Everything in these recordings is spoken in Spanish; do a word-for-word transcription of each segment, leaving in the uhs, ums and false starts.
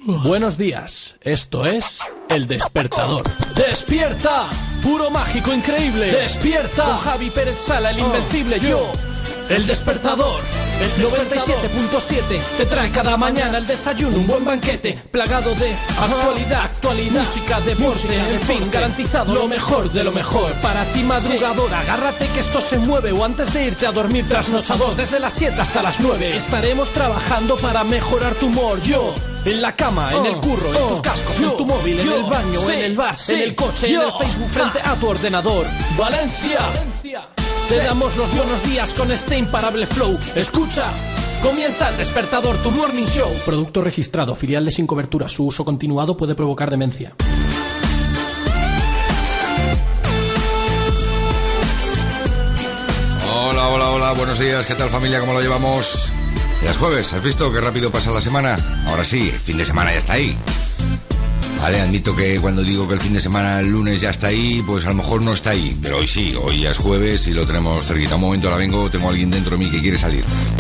Buenos días, esto es El Despertador. ¡Despierta! Puro mágico increíble. ¡Despierta! Con Javi Pérez Sala, el invencible. oh, yo, El Despertador. El noventa y siete punto siete te trae cada mañana el desayuno, un buen banquete plagado de actualidad, actualidad, música, deporte, música, en deporte, fin, garantizado lo mejor de lo mejor. Para ti madrugador, sí. Agárrate que esto se mueve, o antes de irte a dormir trasnochador, desde las siete hasta las nueve estaremos trabajando para mejorar tu humor. Yo, en la cama, oh, en el curro, oh, en tus cascos, yo, en tu móvil, yo, en el baño, sí, en el bar, sí, en el coche, yo, en el Facebook, frente ah, a tu ordenador. Valencia, Valencia. Te damos los buenos días con este imparable flow. Escucha, comienza El Despertador, tu morning show. Producto registrado, filial de Sin Cobertura. Su uso continuado puede provocar demencia. Hola, hola, hola, buenos días. ¿Qué tal, familia? ¿Cómo lo llevamos? Ya es jueves, ¿has visto qué rápido pasa la semana? Ahora sí, el fin de semana ya está ahí. Vale, admito que cuando digo que el fin de semana, el lunes ya está ahí, pues a lo mejor no está ahí. Pero hoy sí, hoy ya es jueves y lo tenemos cerquita. Un momento, ahora vengo, tengo a alguien dentro de mí que quiere salir.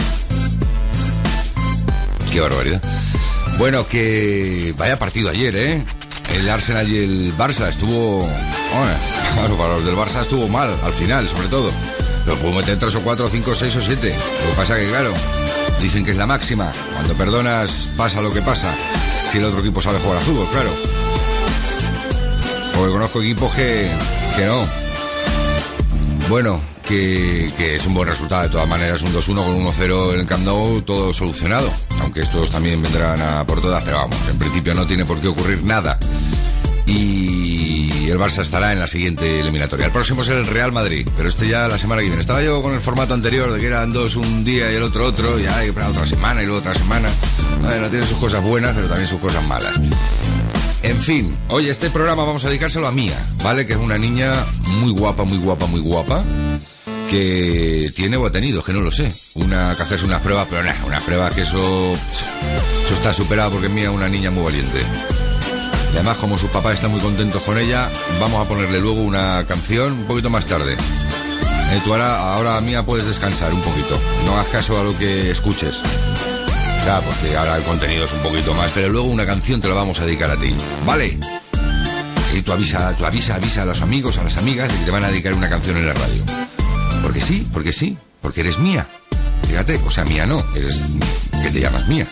Qué barbaridad. Bueno, que vaya partido ayer, ¿eh? El Arsenal y el Barça estuvo... Bueno, claro, para los del Barça estuvo mal, al final, sobre todo. Lo puedo meter tres o cuatro, cinco, seis o siete. Lo que pasa que, claro, dicen que es la máxima. Cuando perdonas, pasa lo que pasa. Si el otro equipo sabe jugar a fútbol, claro. Porque conozco equipos que, que no. Bueno, que, que es un buen resultado. De todas maneras, un dos uno con uno cero en el Camp Nou, todo solucionado. Aunque estos también vendrán a por todas, pero vamos, en principio no tiene por qué ocurrir nada. Y el Barça estará en la siguiente eliminatoria. El próximo es el Real Madrid, pero este ya la semana que viene. Estaba yo con el formato anterior de que eran dos un día y el otro otro, y hay otra semana y luego otra semana. Bueno, tiene sus cosas buenas, pero también sus cosas malas. En fin, hoy este programa vamos a dedicárselo a Mía, ¿vale? Que es una niña muy guapa, muy guapa, muy guapa, que tiene o ha tenido, que no lo sé, una que hacerse unas pruebas, pero nada, unas pruebas que eso, eso está superado, porque Mía es una niña muy valiente. Y además, como sus papás están muy contentos con ella, vamos a ponerle luego una canción un poquito más tarde. Eh, tú ahora, ahora Mía, puedes descansar un poquito, no hagas caso a lo que escuches. O sea, porque ahora el contenido es un poquito más, pero luego una canción te la vamos a dedicar a ti, ¿vale? Y tú avisa, tú avisa, avisa a los amigos, a las amigas de que te van a dedicar una canción en la radio. Porque sí, porque sí, porque eres Mía. Fíjate, o sea, Mía no, eres... que te llamas Mía.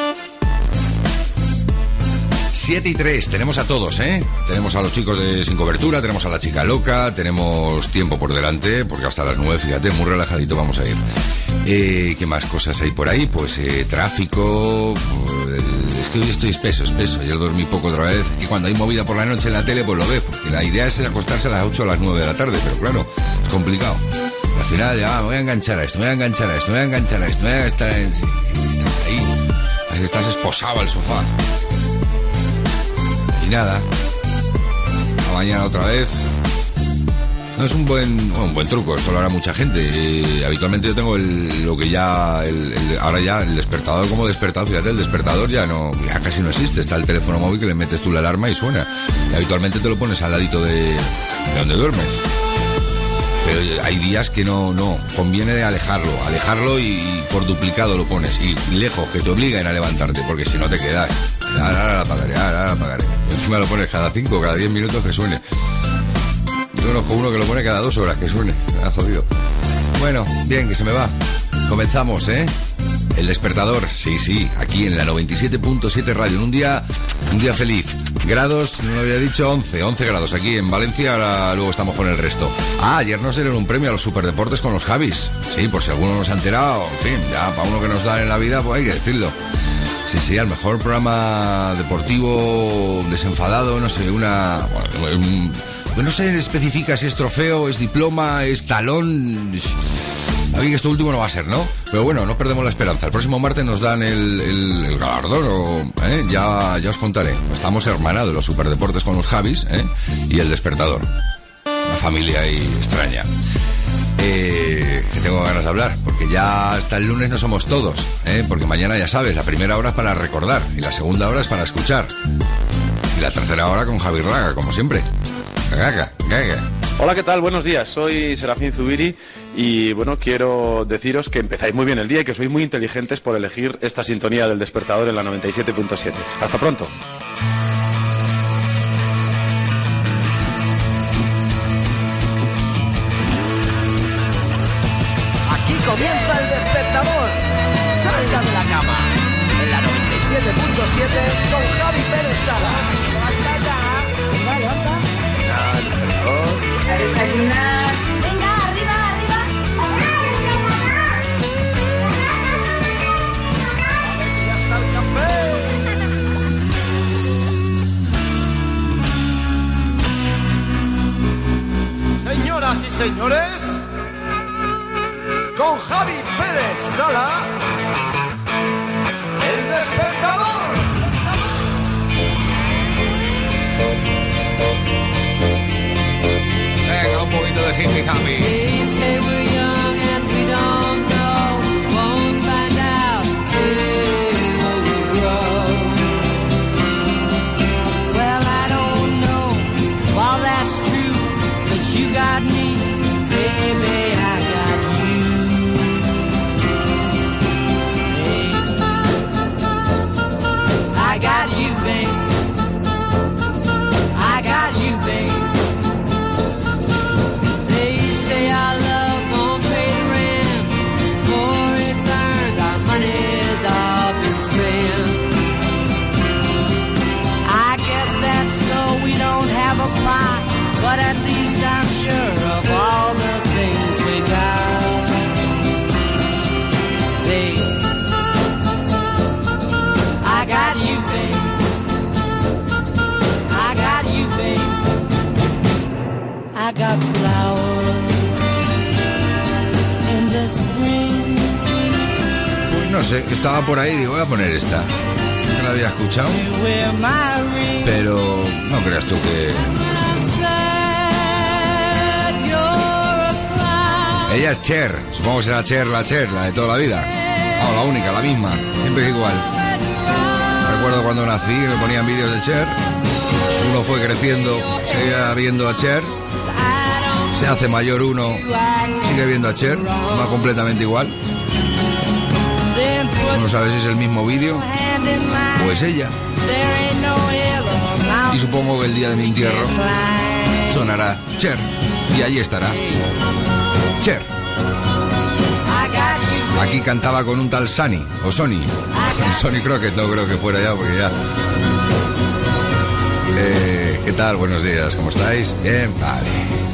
siete y tres, tenemos a todos, ¿eh? Tenemos a los chicos de Sin Cobertura, tenemos a la chica loca, tenemos tiempo por delante, porque hasta las nueve, fíjate, muy relajadito vamos a ir. Eh, ¿Qué más cosas hay por ahí? Pues eh, tráfico... Eh, es que hoy estoy espeso, espeso. Ayer dormí poco otra vez. Y cuando hay movida por la noche en la tele, pues lo ves, porque la idea es acostarse a las ocho o a las nueve de la tarde, pero claro, es complicado. Al final ya, ah, me voy a enganchar a esto, me voy a enganchar a esto, me voy a enganchar a esto, me voy a estar en... Estás ahí, estás esposado al sofá. Y nada, a mañana otra vez. No es un buen bueno, un buen truco, esto lo hará mucha gente. Eh, habitualmente yo tengo el, lo que ya, el, el, ahora ya el despertador como despertador, fíjate, el despertador ya no, ya casi no existe. Está el teléfono móvil que le metes tú la alarma y suena. Y habitualmente te lo pones al ladito de, de donde duermes. Pero hay días que no, no, conviene alejarlo, alejarlo y, y por duplicado lo pones. Y lejos, que te obliguen a levantarte, porque si no te quedas. Ahora, ahora la apagaré, ahora, ahora la apagaré. Y encima lo pones cada cinco, cada diez minutos que suene. Yo conozco uno que lo pone cada dos horas que suene. Me ha jodido. Bueno, bien, que se me va. Comenzamos, ¿eh? El despertador, sí, sí, aquí en la noventa y siete punto siete radio. En un día, un día feliz. Grados, no lo había dicho, once, once grados aquí en Valencia. Ahora luego estamos con el resto. Ah, ayer nos dieron un premio a los superdeportes con los Javis. Sí, por si alguno no se ha enterado. En fin, ya para uno que nos da en la vida, pues hay que decirlo. Sí, sí, al mejor programa deportivo desenfadado, no sé, una... Bueno, un, no sé, especifica si es trofeo, es diploma, es talón... A mí que esto último no va a ser, ¿no? Pero bueno, no perdemos la esperanza. El próximo martes nos dan el, el, el galardón, o, ¿eh? ya, ya os contaré. Estamos hermanados los superdeportes con los Javis, ¿eh? Y el despertador. Una familia ahí extraña. Eh, que tengo ganas de hablar, porque ya hasta el lunes no somos todos, ¿eh? Porque mañana ya sabes, la primera hora es para recordar y la segunda hora es para escuchar y la tercera hora con Javi Raga, como siempre. Gaga, gaga. Hola, ¿qué tal? Buenos días, soy Serafín Zubiri y bueno, quiero deciros que empezáis muy bien el día y que sois muy inteligentes por elegir esta sintonía del Despertador en la noventa y siete punto siete. Hasta pronto. Aquí comienza el Despertador. Salga de la cama. En la noventa y siete punto siete con Javi Pérez Sala. Levanta, levanta. A desayunar. Venga, arriba, arriba. Ya está el café. Señoras y señores, con Javi Pérez Sala, el Despertador. Venga, un poquito de hippie happy. They say we're young and we don't know. We won't find out till we grow. Well, I don't know if all that's true, 'cause you got me, baby, I got you. Hey. I got you, babe. I got you, babe. They say our love won't pay the rent, for it's earned, our money's all been spent. I guess that's so we don't have a plot, but at least I'm sure of all the things we got. Babe, I got you, babe. I got you, babe. I got flowers in the spring. Pues no sé, estaba por ahí y digo, voy a poner esta. No la había escuchado, You wear my ring. pero no creas tú que... When I'm sad, you're a clown. Ella es Cher, supongo que será Cher, la Cher, la de toda la vida. No, la única, la misma, siempre es igual. Recuerdo cuando nací que me ponían vídeos de Cher. Uno fue creciendo, seguía viendo a Cher. Se hace mayor uno, sigue viendo a Cher, va completamente igual. No sabe si es el mismo vídeo o es ella. Y supongo que el día de mi entierro sonará Cher y allí estará Cher. Aquí cantaba con un tal Sunny o Sony. Sony Crockett, no creo que fuera ya porque ya... Eh, ¿Qué tal? Buenos días, ¿cómo estáis? Bien, vale.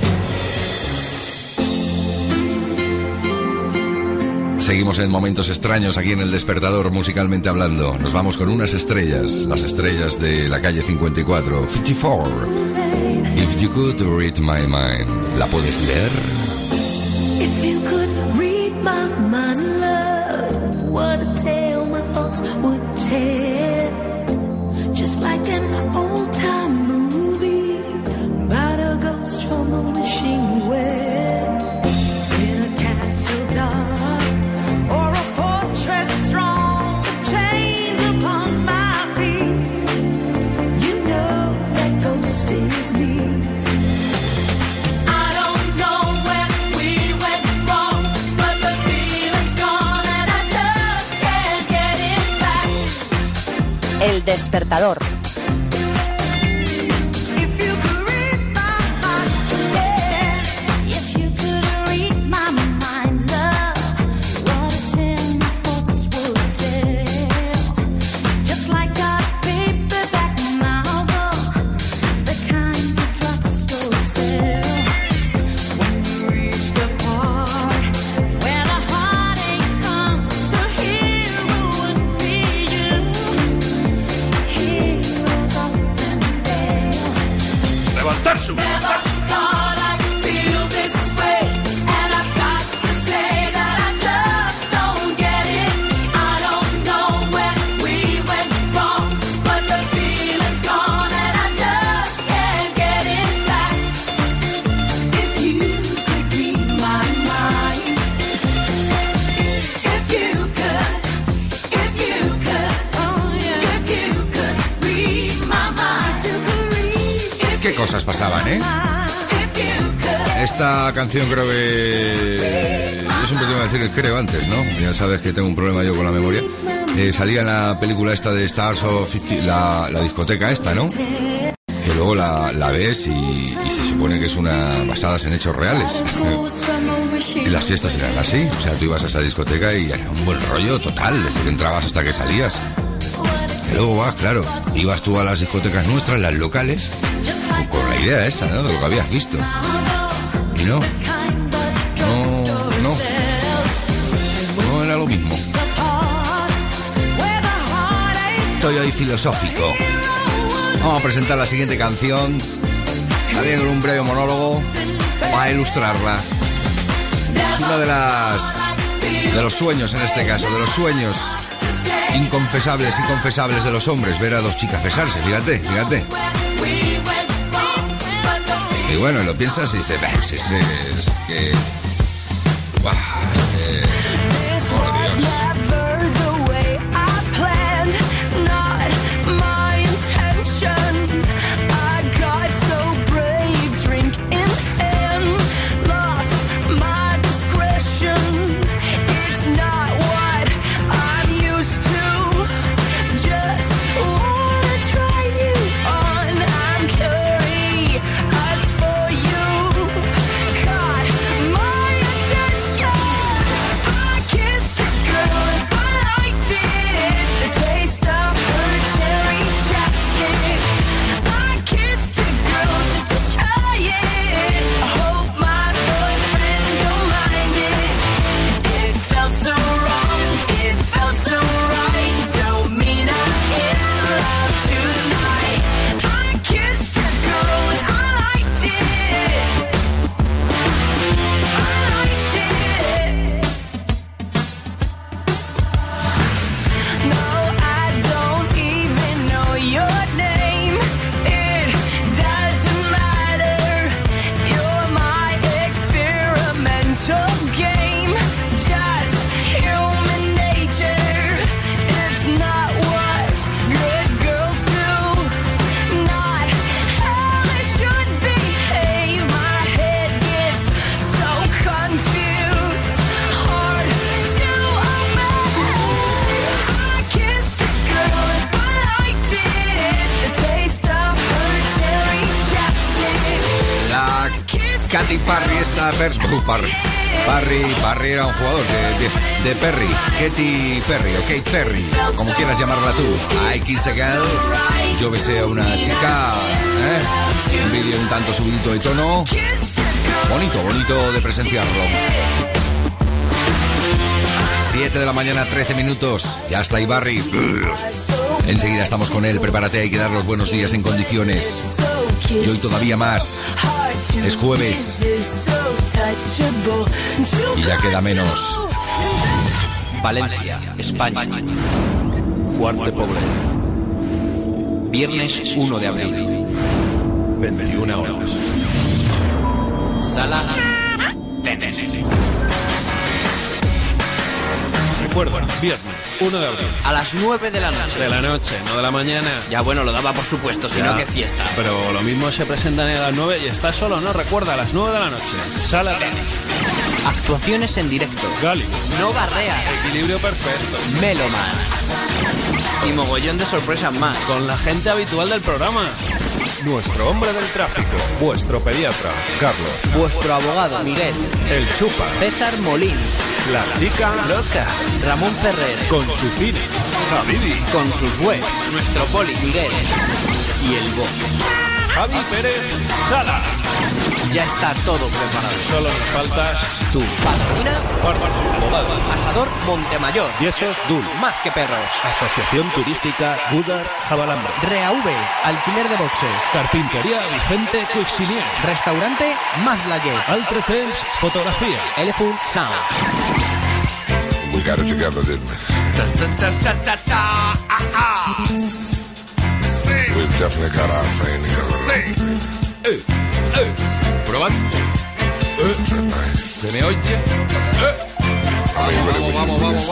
Seguimos en momentos extraños aquí en El Despertador, musicalmente hablando. Nos vamos con unas estrellas, las estrellas de la calle cincuenta y cuatro, cincuenta y cuatro. If you could read my mind. ¿La puedes leer? If you could read my mind, love, what a tale my thoughts would tell. Just like an old-time movie about a ghost from a wishing well. In a castle dark or a fortress strong, chains upon my feet. You know that ghost is me. El Despertador. Qué cosas pasaban, ¿eh? esta canción creo que... Yo siempre tengo que decir creo antes, ¿no? Ya sabes que tengo un problema yo con la memoria. Eh, salía en la película esta de Stars of cincuenta, la, la discoteca esta, ¿no? Que luego la, la ves y, y se supone que es una basadas en hechos reales. Y las fiestas eran así, o sea, tú ibas a esa discoteca y era un buen rollo total, desde que entrabas hasta que salías. Y luego vas, claro, ibas tú a las discotecas nuestras, las locales, con, con la idea esa, ¿no? De lo que habías visto. Y no, no, no, no era lo mismo. Estoy hoy filosófico. Vamos a presentar la siguiente canción, también con un breve monólogo para ilustrarla. Es una de las de los sueños, en este caso, de los sueños inconfesables y confesables de los hombres, ver a dos chicas besarse, fíjate, fíjate. Y bueno, lo piensas y dices, es, es, es que... Buah, es que... Por Dios. Katy Perry, esta Perry, uh, Parry, Parry, Parry era un jugador de, de, de Perry, Katy Perry o Kate Perry, como quieras llamarla tú. I Kiss a Girl, yo besé a una chica, ¿eh? Un vídeo un tanto subidito de tono, bonito, bonito de presenciarlo. siete de la mañana, trece minutos, ya está Ibarri. Enseguida estamos con él, prepárate, hay que dar los buenos días en condiciones. Y hoy todavía más. Es jueves y ya queda menos. Valencia, España. Cuarto Poblet. Viernes uno de abril. veintiuna horas. Sala Tennessee. Recuerda, viernes uno de abril. A las nueve de la noche. De la noche, no de la mañana. Ya bueno, lo daba por supuesto, si no, qué fiesta. Pero lo mismo se presentan a las nueve y está solo, ¿no? Recuerda, a las nueve de la noche. Sala Tennessee. Actuaciones en directo. Gali. No Barrea. Equilibrio perfecto. Melomans. Y mogollón de sorpresas más. Con la gente habitual del programa. Nuestro hombre del tráfico, vuestro pediatra, Carlos. Vuestro abogado, Miguel. El Chupa. César Molins. La chica loca, Ramón Ferrer. Con su cine, Javibi. Con sus webs, nuestro poli, Miguel. Y el boss, Javi Pérez Sala. Ya está todo preparado. Solo nos faltas tú. Patrocina Bárbaros, abogados. Asador Montemayor. Yesos Dul. Más que perros. Asociación Turística Gudar Jabalambre. Rea V, alquiler de boxes. Carpintería Vicente Cuixinier. Restaurante Más Blayet. Altre Temps Fotografía. Elephant Sound. We got it together, didn't we? We've definitely got our thing together. Eh, eh. Probando. Eh. ¿Se me oye? Eh. I mean, really, Vamos, when vamos, you vamos,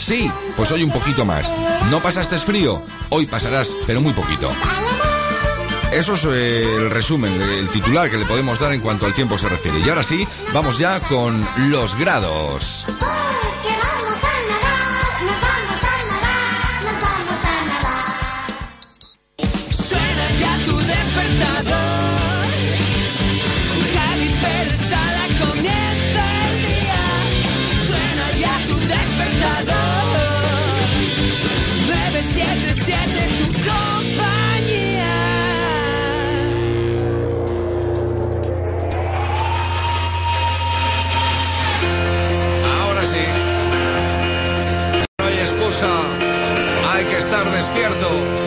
Sí, pues hoy un poquito más. ¿No pasaste frío? Hoy pasarás, pero muy poquito. Eso es eh, el resumen, el titular que le podemos dar en cuanto al tiempo se refiere. Y ahora sí, vamos ya con los grados. Suena ya tu despertador. Javi Pérez Sala, comienza el día. Suena ya tu despertador. nueve siete siete tu compañía. Ahora sí. No hay excusa. Hay que estar despierto.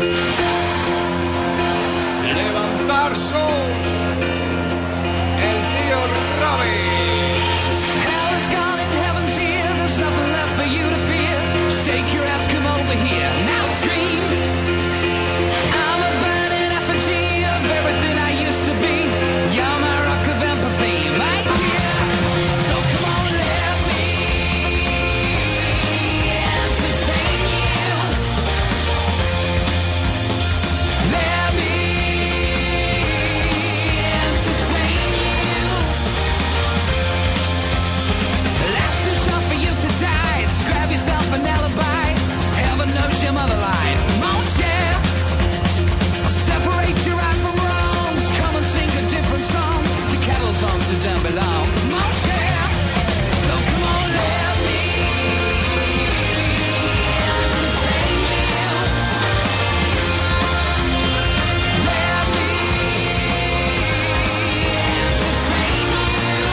Levantar sus. El tío Robbie. Hell is gone and heaven's here. There's nothing left for you to fear. Shake your ass, come over here. Now scream. I'm a burning effigy of everything I used to be. You're my rock of empathy, my dear. So come on, let me entertain you. Let me entertain you. Life's too short for you to die. So grab yourself an alibi. Heaven knows your mother lied. Won't share. Separate your right from wrongs. Come and sing a different song. The kettle's on, so don't belong. Won't share. So come on, let me entertain you. Let me entertain you.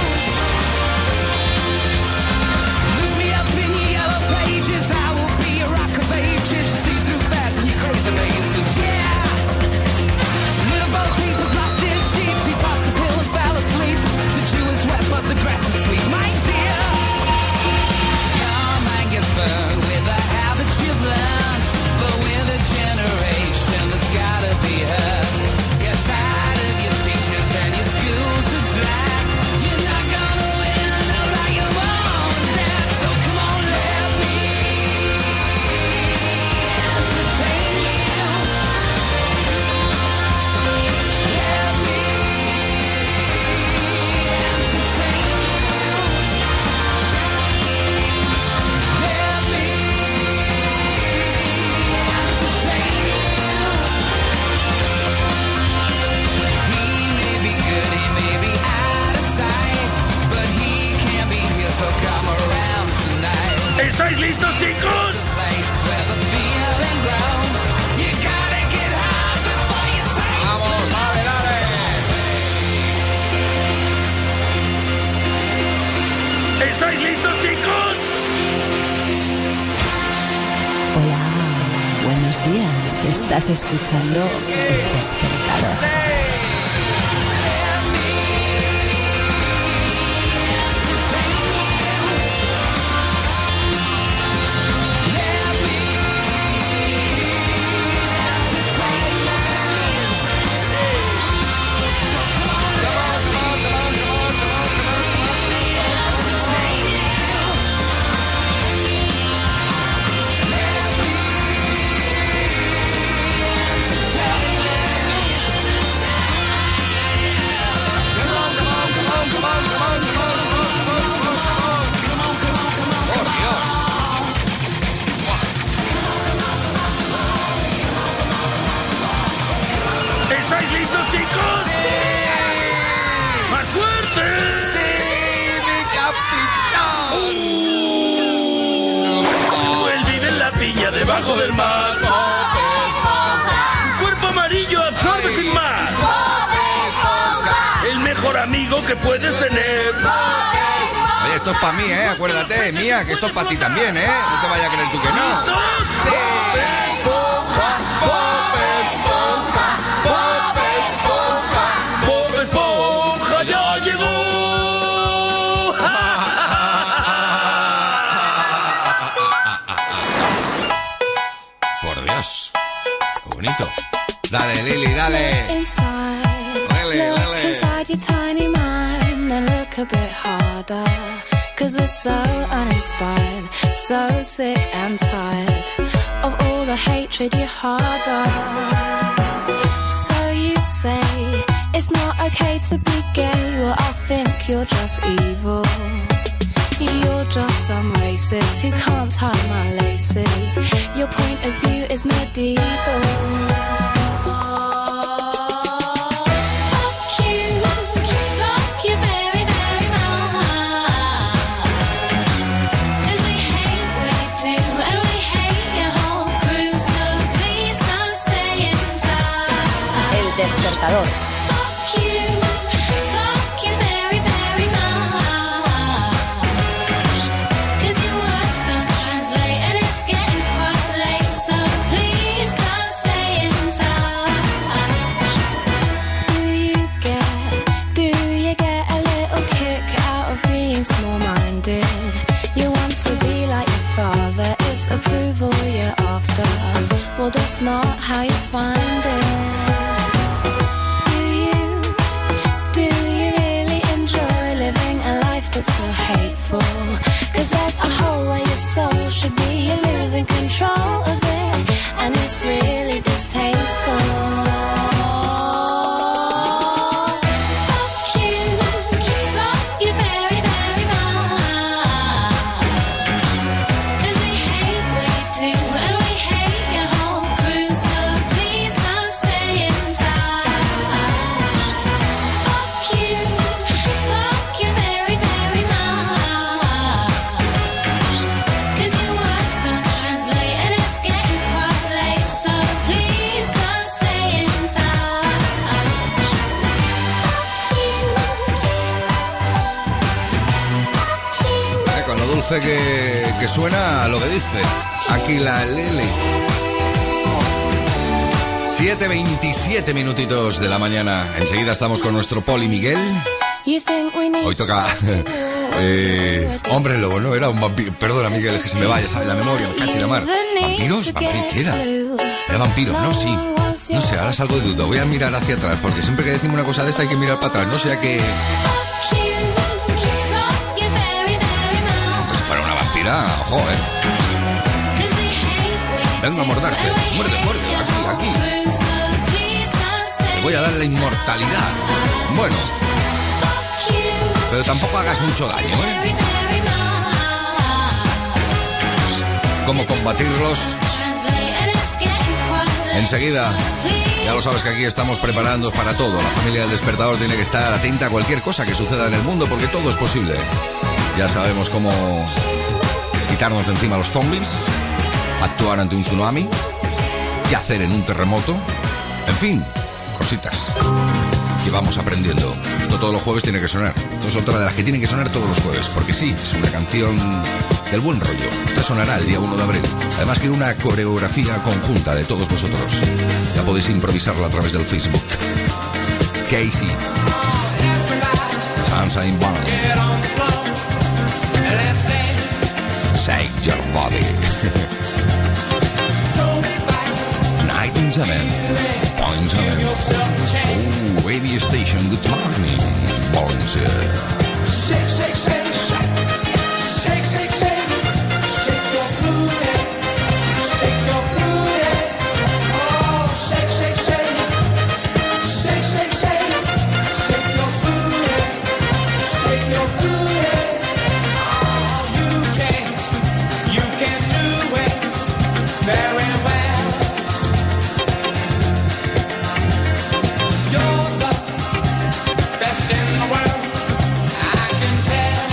Look me up in your yellow pages. I will be a rock of ages. See through fats and your crazy faces. Yeah. Little Bo Peep's lost his sheep. He popped a pill and fell asleep. The Jew is wet, but the grass is sweet, my dear. Your mind gets burned with the habits you've learned, but with a generation that's gotta be heard. Get tired of your teachers and your schools are drag. You're not gonna win like your mom and dad. So come on, let me entertain you. Let me entertain you. Let me entertain you. He may be good, he may be out of sight, but he can't be here, so come around tonight. ¿Estáis listos, chicos? Place where the feeling grows. You gotta get high before you taste. Vamos, dale, dale. ¿Estáis listos, chicos? Hola, buenos días. Estás escuchando El Despertador. ¿Estáis listos, chicos? ¡Sí! ¡Más fuerte! ¡Sí, mi capitán! Él vive en la piña debajo del mar. Cuerpo amarillo absorbe sin más. El mejor amigo que puedes tener. Oye, esto es para mí, ¿eh? Acuérdate, mía, que esto es para ti también, ¿eh? No te vayas a creer tú que no. ¿Listos? ¡Sí! Bob Esponja ya llegó. Por Dios, qué bonito. Dale, Lili, dale. Inside, Dale, look dale. inside your tiny mind and look a bit harder. 'cause we're so uninspired, so sick and tired of all the hatred you harbor. So you say it's not okay to be gay, well I think you're just evil. You're just some racist who can't tie my laces. Your point of view is medieval. Despertador. Approval you're after, well that's not how you find it. That's so hateful, 'cause there's a hole where your soul should be. You're losing control of it, and it's really distasteful. Fuck you, fuck you very, very much, 'cause we hate what you do, and we hate your whole crew, so please don't stay in touch. Fuck you, fuck you very, very Que, que suena a lo que dice aquí la Lili. siete veintisiete minutitos de la mañana. Enseguida estamos con nuestro Poli Miguel. Hoy toca eh, Hombre Lobo, ¿no? Era un vampiro. Perdona, Miguel, es que se me vaya, ¿sabes? La memoria, me cachi la mar. ¿Vampiros? ¿Vampiro? ¿Qué era? ¿Era vampiro? No, sí. No sé, ahora salgo de duda. Voy a mirar hacia atrás, porque siempre que decimos una cosa de esta hay que mirar para atrás. No sea que... Mira, ojo, eh. Vengo a mordarte. Muerde, muerde. Aquí, aquí. Te voy a dar la inmortalidad. Bueno. Pero tampoco hagas mucho daño, ¿eh? ¿Cómo combatirlos? Enseguida. Ya lo sabes que aquí estamos preparándonos para todo. La familia del Despertador tiene que estar atenta a cualquier cosa que suceda en el mundo, porque todo es posible. Ya sabemos cómo quitarnos de encima los zombies, actuar ante un tsunami, qué hacer en un terremoto, en fin, cositas que vamos aprendiendo. Esto todos los jueves tiene que sonar. Esto es otra de las que tienen que sonar todos los jueves, porque sí, es una canción del buen rollo. Esta sonará el día uno de abril. Además quiero una coreografía conjunta de todos vosotros. Ya podéis improvisarla a través del Facebook. Casey Sunshine Band. Shake your body. ninety-seven point seven. Oh, radio station, good morning. Bollinger. Shake, shake, shake. Shake, shake, shake. Shake your booty. Shake your booty. Oh, shake, shake, shake. Shake, shake, shake. Shake your booty. Shake your booty. Very well. You're the best in the world, I can tell.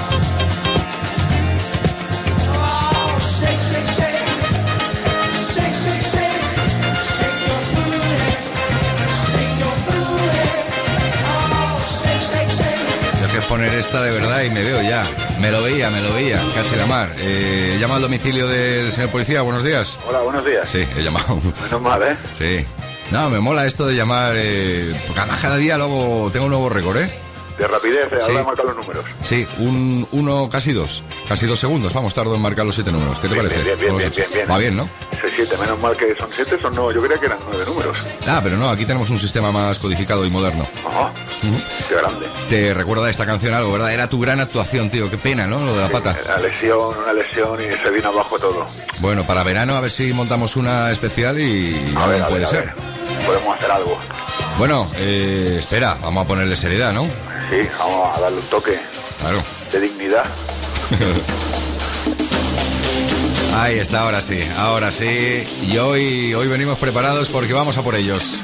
Oh, shake, shake, shake. Shake, shake, shake. Shake your booty. Shake your booty. Oh, shake, shake, shake. Tengo que poner esta de verdad y me veo ya. Me lo veía, me lo veía, casi la mar. Eh, llama al domicilio del señor policía, buenos días. Hola, buenos días. Sí, he llamado. Menos mal, ¿eh? Sí. No, me mola esto de llamar, eh, porque además cada día luego tengo un nuevo récord, ¿eh? De rapidez, eh, Sí. ahora marcar los números. Sí, un uno, casi dos. Casi dos segundos. Vamos, tardo en marcar los siete números. ¿Qué te Bien, parece? bien, bien, ¿Cómo lo bien, has hecho? bien, bien. Va bien, ¿no? Sí, siete, menos mal que son siete, son no, yo creía que eran nueve números. Ah, pero no, aquí tenemos un sistema más codificado y moderno. Ajá, qué grande. Te recuerda esta canción algo, ¿verdad? Era tu gran actuación, tío. Qué pena, ¿no? Lo de la pata. Una lesión, una lesión y se vino abajo todo. Bueno, para verano a ver si montamos una especial y A ver, a puede ver, a ser. ver. Podemos hacer algo. Bueno, eh, espera, vamos a ponerle seriedad, ¿no? Sí, vamos a darle un toque Claro. de dignidad. Ahí está, ahora sí, ahora sí. Y hoy, hoy venimos preparados porque vamos a por ellos.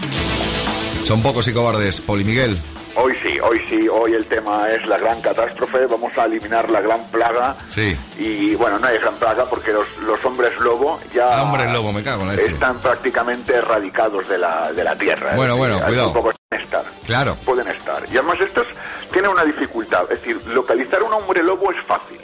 Son pocos y cobardes, Poli Miguel. Hoy sí, hoy sí, hoy el tema es la gran catástrofe, vamos a eliminar la gran plaga. Sí. Y bueno, no hay gran plaga porque los, los hombres lobo ya Hombre lobo, me cago en la leche. están prácticamente erradicados de la, de la tierra. ¿eh? Bueno, bueno, Hay cuidado. muy pocos pueden estar. Claro. Pueden estar. Y además estos tienen una dificultad, es decir, localizar a un hombre lobo es fácil.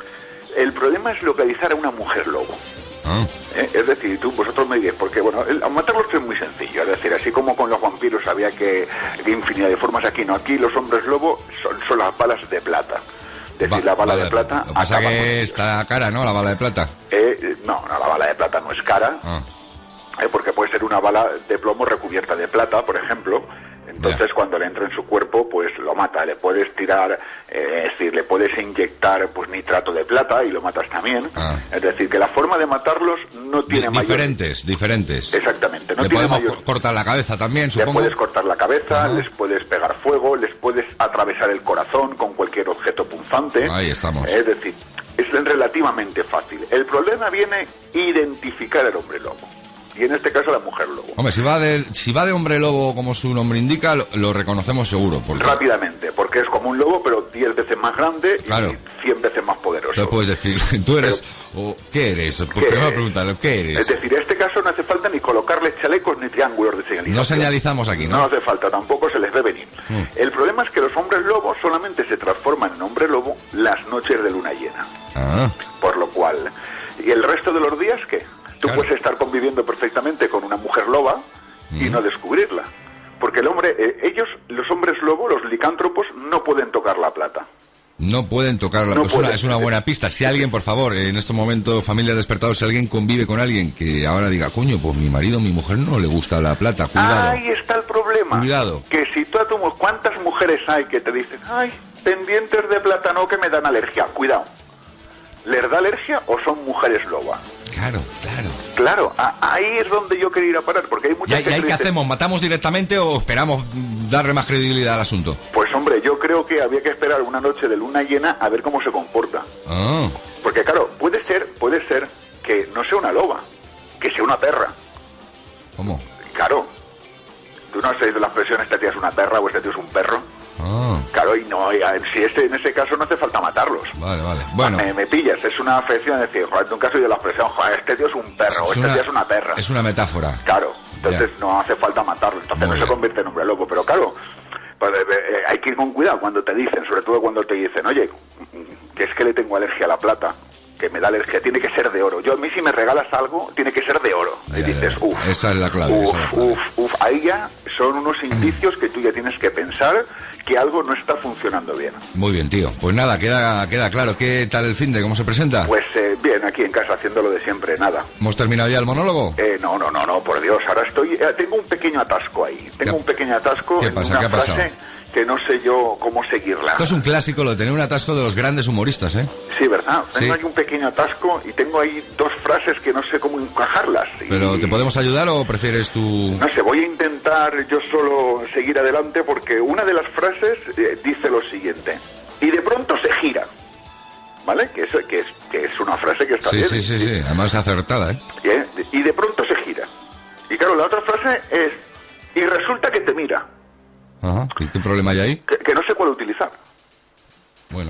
El problema es localizar a una mujer lobo. Ah. ¿Eh? Es decir, tú, vosotros me diréis, porque bueno, el, matarlos es muy sencillo, es decir, así como con los vampiros había que, que infinidad de formas, aquí no, aquí los hombres lobo son, son las balas de plata. Es decir, Va- la bala vale. de plata Lo que pasa acaba con que ellos. está cara, ¿no? La bala de plata. Eh, eh, no, no, la bala de plata no es cara, Ah. eh, porque puede ser una bala de plomo recubierta de plata, por ejemplo. Entonces, cuando le entra en su cuerpo, pues lo mata. Le puedes tirar, eh, es decir, le puedes inyectar pues nitrato de plata y lo matas también. Ah. Es decir, que la forma de matarlos no tiene Di- mayor... diferentes, diferentes. Exactamente, no Le tiene podemos mayor... co- cortar la cabeza también, Les supongo. puedes cortar la cabeza, Ajá. les puedes pegar fuego, les puedes atravesar el corazón con cualquier objeto punzante. Ahí estamos. Es decir, es relativamente fácil. El problema viene identificar al hombre lobo. Y en este caso la mujer lobo. Hombre, si va de si va de hombre lobo como su nombre indica, lo, lo reconocemos seguro. Porque Rápidamente, porque es como un lobo, pero diez veces más grande Claro. y cien veces más poderoso. entonces puedes decir, tú eres... o, ¿Qué eres? Por ¿Qué primera eres? pregunta, ¿qué Es eres? decir, en este caso no hace falta ni colocarles chalecos ni triángulos de señalización. No señalizamos aquí, No ¿no? hace falta, tampoco se les ve venir. Mm. El problema es que los hombres lobos solamente se transforman en hombre lobo las noches de luna llena. Ah, Por lo cual, ¿y el resto de los días qué? Tú Claro. puedes estar conviviendo perfectamente con una mujer loba y no descubrirla. Porque el hombre, eh, ellos, los hombres lobo, los licántropos, no pueden tocar la plata. no pueden tocarla. No Pues una- pueden. es una buena pista. Si alguien, por favor, en este momento, familia despertado, si alguien convive con alguien que ahora diga, coño, pues mi marido, mi mujer no le gusta la plata, cuidado. Ahí está el problema. Cuidado. Que si tú a tu mu- ¿cuántas mujeres hay que te dicen, ay, pendientes de plátano que me dan alergia? Cuidado. ¿Les da alergia o son mujeres loba? Claro, claro. Claro, a- ahí es donde yo quería ir a parar, porque hay ¿Y mucha ahí, y gente ahí que qué dice, hacemos? ¿Matamos directamente o esperamos mm, darle más credibilidad al asunto? pues hombre, yo creo que había que esperar una noche de luna llena a ver cómo se comporta. Ah, Porque claro, puede ser, puede ser que no sea una loba, que sea una perra. ¿cómo? Claro. ¿Tú no has oído la expresión esta tía es una perra o este tío es un perro? Ah, Claro, y no, y a- si este, en ese caso no hace falta matarlos. vale, vale. Bueno, Me, me pillas, es una afección de decir, joder, nunca has oído la expresión, joder, este tío es un perro, o es esta una, tía es una perra. es una metáfora. Claro, entonces no hace falta matarlo, entonces Muy no se bien. convierte en hombre lobo, pero claro, pues, eh, eh, hay que ir con cuidado cuando te dicen, sobre todo cuando te dicen, oye, que es que le tengo alergia a la plata, que me da alergia, tiene que ser de oro. Yo a mí si me regalas algo, tiene que ser de oro. Ya, y ya, dices, ya. uff, Esa es la clave. uf, esa es la clave. uf, uf, ahí ya son unos indicios que tú ya tienes que pensar que algo no está funcionando bien. Muy bien, tío. Pues nada, queda, queda claro. ¿Qué tal el finde? ¿Cómo se presenta? Pues eh, bien, aquí en casa haciendo lo de siempre, nada. ¿Hemos terminado ya el monólogo? Eh, no, no, no, no, por Dios, ahora estoy, eh, tengo un pequeño atasco ahí, tengo ¿Qué- un pequeño atasco qué en pasa? una ¿Qué ha pasado? frase que no sé yo cómo seguirla. Esto es un clásico, lo de tener un atasco de los grandes humoristas, ¿eh? Sí, ¿verdad? Sí. Tengo ahí un pequeño atasco y tengo ahí dos frases que no sé cómo encajarlas. Y- ¿Pero te podemos ayudar o prefieres tú...? No sé, voy a intentar yo solo seguir adelante porque una de las frases eh, dice lo siguiente. Y de pronto se gira. ¿Vale? Que es, que es, que es una frase que está Sí, bien. sí, sí, sí. Además acertada, ¿eh? ¿Eh? Y de pronto se gira. Y claro, la otra frase es... Y resulta que te mira. Ajá. ¿Y qué problema hay ahí? Que, que no sé cuál utilizar. Bueno.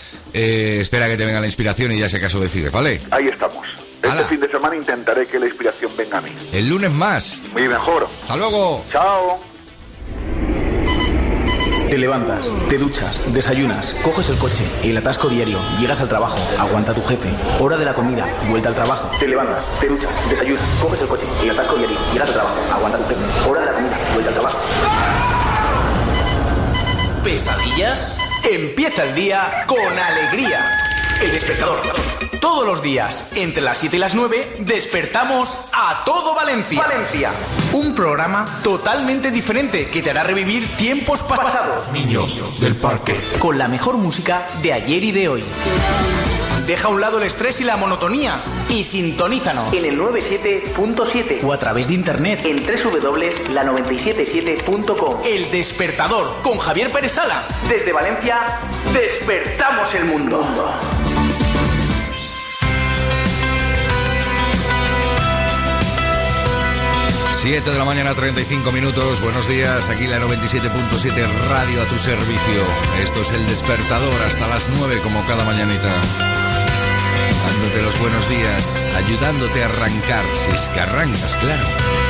Eh, espera que te venga la inspiración y ya sé caso decides, ¿vale? Ahí estamos. Este ¡Hala! fin de semana intentaré que la inspiración venga a mí. El lunes más. Muy mejor. ¡Hasta luego! Chao. Te levantas, te duchas, desayunas, coges el coche, el atasco diario, llegas al trabajo, aguanta tu jefe, hora de la comida, vuelta al trabajo. Te levantas, te duchas, desayunas, coges el coche, el atasco diario, llegas al trabajo, aguanta tu jefe, hora de la comida, vuelta al trabajo. ¿Pesadillas? Empieza el día con alegría. El Despertador. Todos los días, entre las siete y las nueve, despertamos a todo Valencia. Valencia. Un programa totalmente diferente que te hará revivir tiempos pasados. Niños del parque. Con la mejor música de ayer y de hoy. Deja a un lado el estrés y la monotonía y sintonízanos en el noventa y siete punto siete o a través de internet en doble u doble u doble u punto la noventa y siete siete punto com. El Despertador con Javier Pérez Sala. Desde Valencia, despertamos el mundo. siete de la mañana, treinta y cinco minutos. Buenos días, aquí la noventa y siete punto siete Radio a tu servicio. Esto es El Despertador hasta las nueve como cada mañanita. Dándote los buenos días, ayudándote a arrancar, si es que arrancas, claro.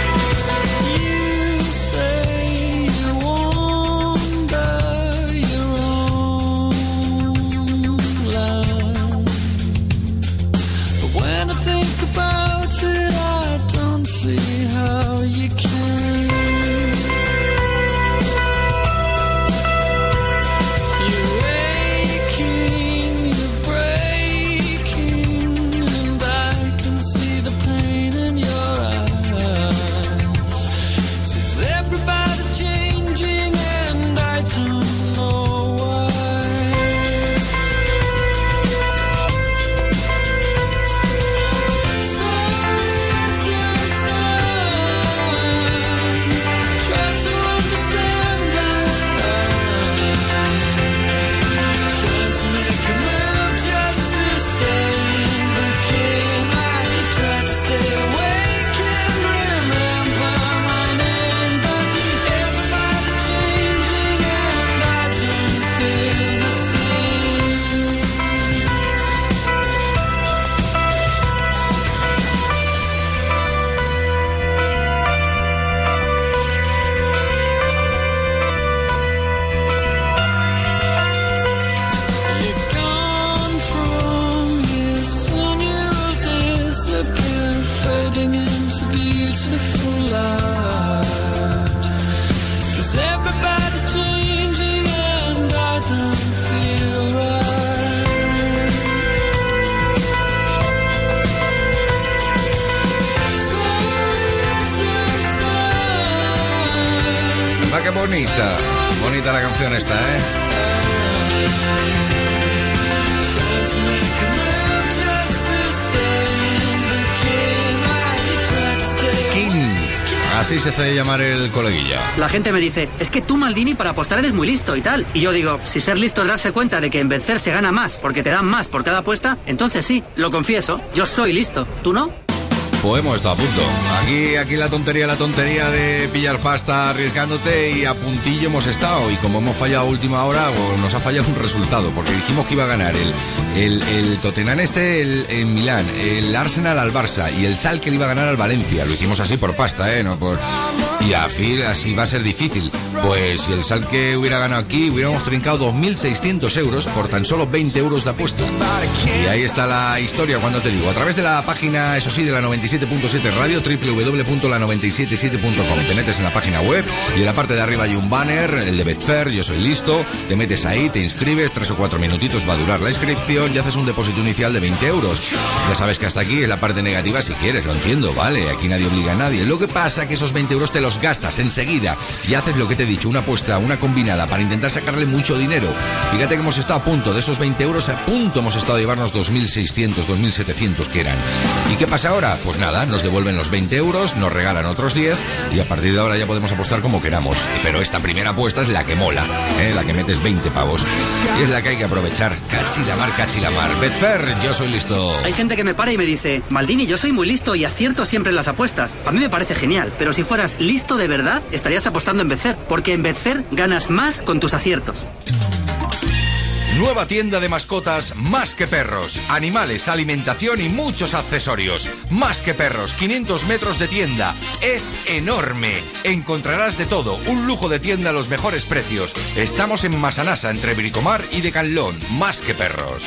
Bonita, bonita la canción esta, ¿eh? King, así se hace llamar el coleguilla. La gente me dice, es que tú, Maldini, para apostar eres muy listo y tal. Y yo digo, si ser listo es darse cuenta de que en vencer se gana más porque te dan más por cada apuesta, entonces sí, lo confieso, yo soy listo, ¿tú no? Pues hemos estado a punto. Aquí, aquí la tontería, la tontería de pillar pasta arriesgándote y a puntillo hemos estado. Y como hemos fallado a última hora, pues nos ha fallado un resultado. Porque dijimos que iba a ganar el, el, el Tottenham este el, en Milán, el Arsenal al Barça y el Schalke le iba a ganar al Valencia. Lo hicimos así por pasta, ¿eh? No por... Y a fin, así va a ser difícil. Pues si el Schalke hubiera ganado aquí, hubiéramos trincado dos mil seiscientos euros por tan solo veinte euros de apuesta. Y ahí está la historia, cuando te digo. A través de la página, eso sí, de la noventa y siete punto siete Radio, doble u doble u doble u punto la noventa y siete siete punto com. Te metes en la página web y en la parte de arriba hay un banner, el de Betfair, yo soy listo. Te metes ahí, te inscribes, tres o cuatro minutitos va a durar la inscripción y haces un depósito inicial de veinte euros. Ya sabes que hasta aquí es la parte negativa si quieres, lo entiendo, vale, aquí nadie obliga a nadie. Lo que pasa es que esos veinte euros te los gastas enseguida y haces lo que te he dicho, una apuesta, una combinada para intentar sacarle mucho dinero. Fíjate que hemos estado a punto de esos veinte euros, a punto hemos estado a llevarnos dos mil seiscientos, dos mil setecientos que eran. ¿Y qué pasa ahora? Pues nada, nos devuelven los veinte euros, nos regalan otros diez y a partir de ahora ya podemos apostar como queramos. Pero esta primera apuesta es la que mola, ¿eh? La que metes veinte pavos y es la que hay que aprovechar. Cachilamar, cachilamar. Betfair, yo soy listo. Hay gente que me para y me dice, Maldini, yo soy muy listo y acierto siempre en las apuestas. A mí me parece genial, pero si fueras listo de verdad, estarías apostando en Betfair, porque en Betfair ganas más con tus aciertos. Nueva tienda de mascotas Más que Perros. Animales, alimentación y muchos accesorios. Más que Perros, quinientos metros de tienda. Es enorme. Encontrarás de todo. Un lujo de tienda a los mejores precios. Estamos en Masanasa, entre Bricomar y Decathlon. Más que Perros.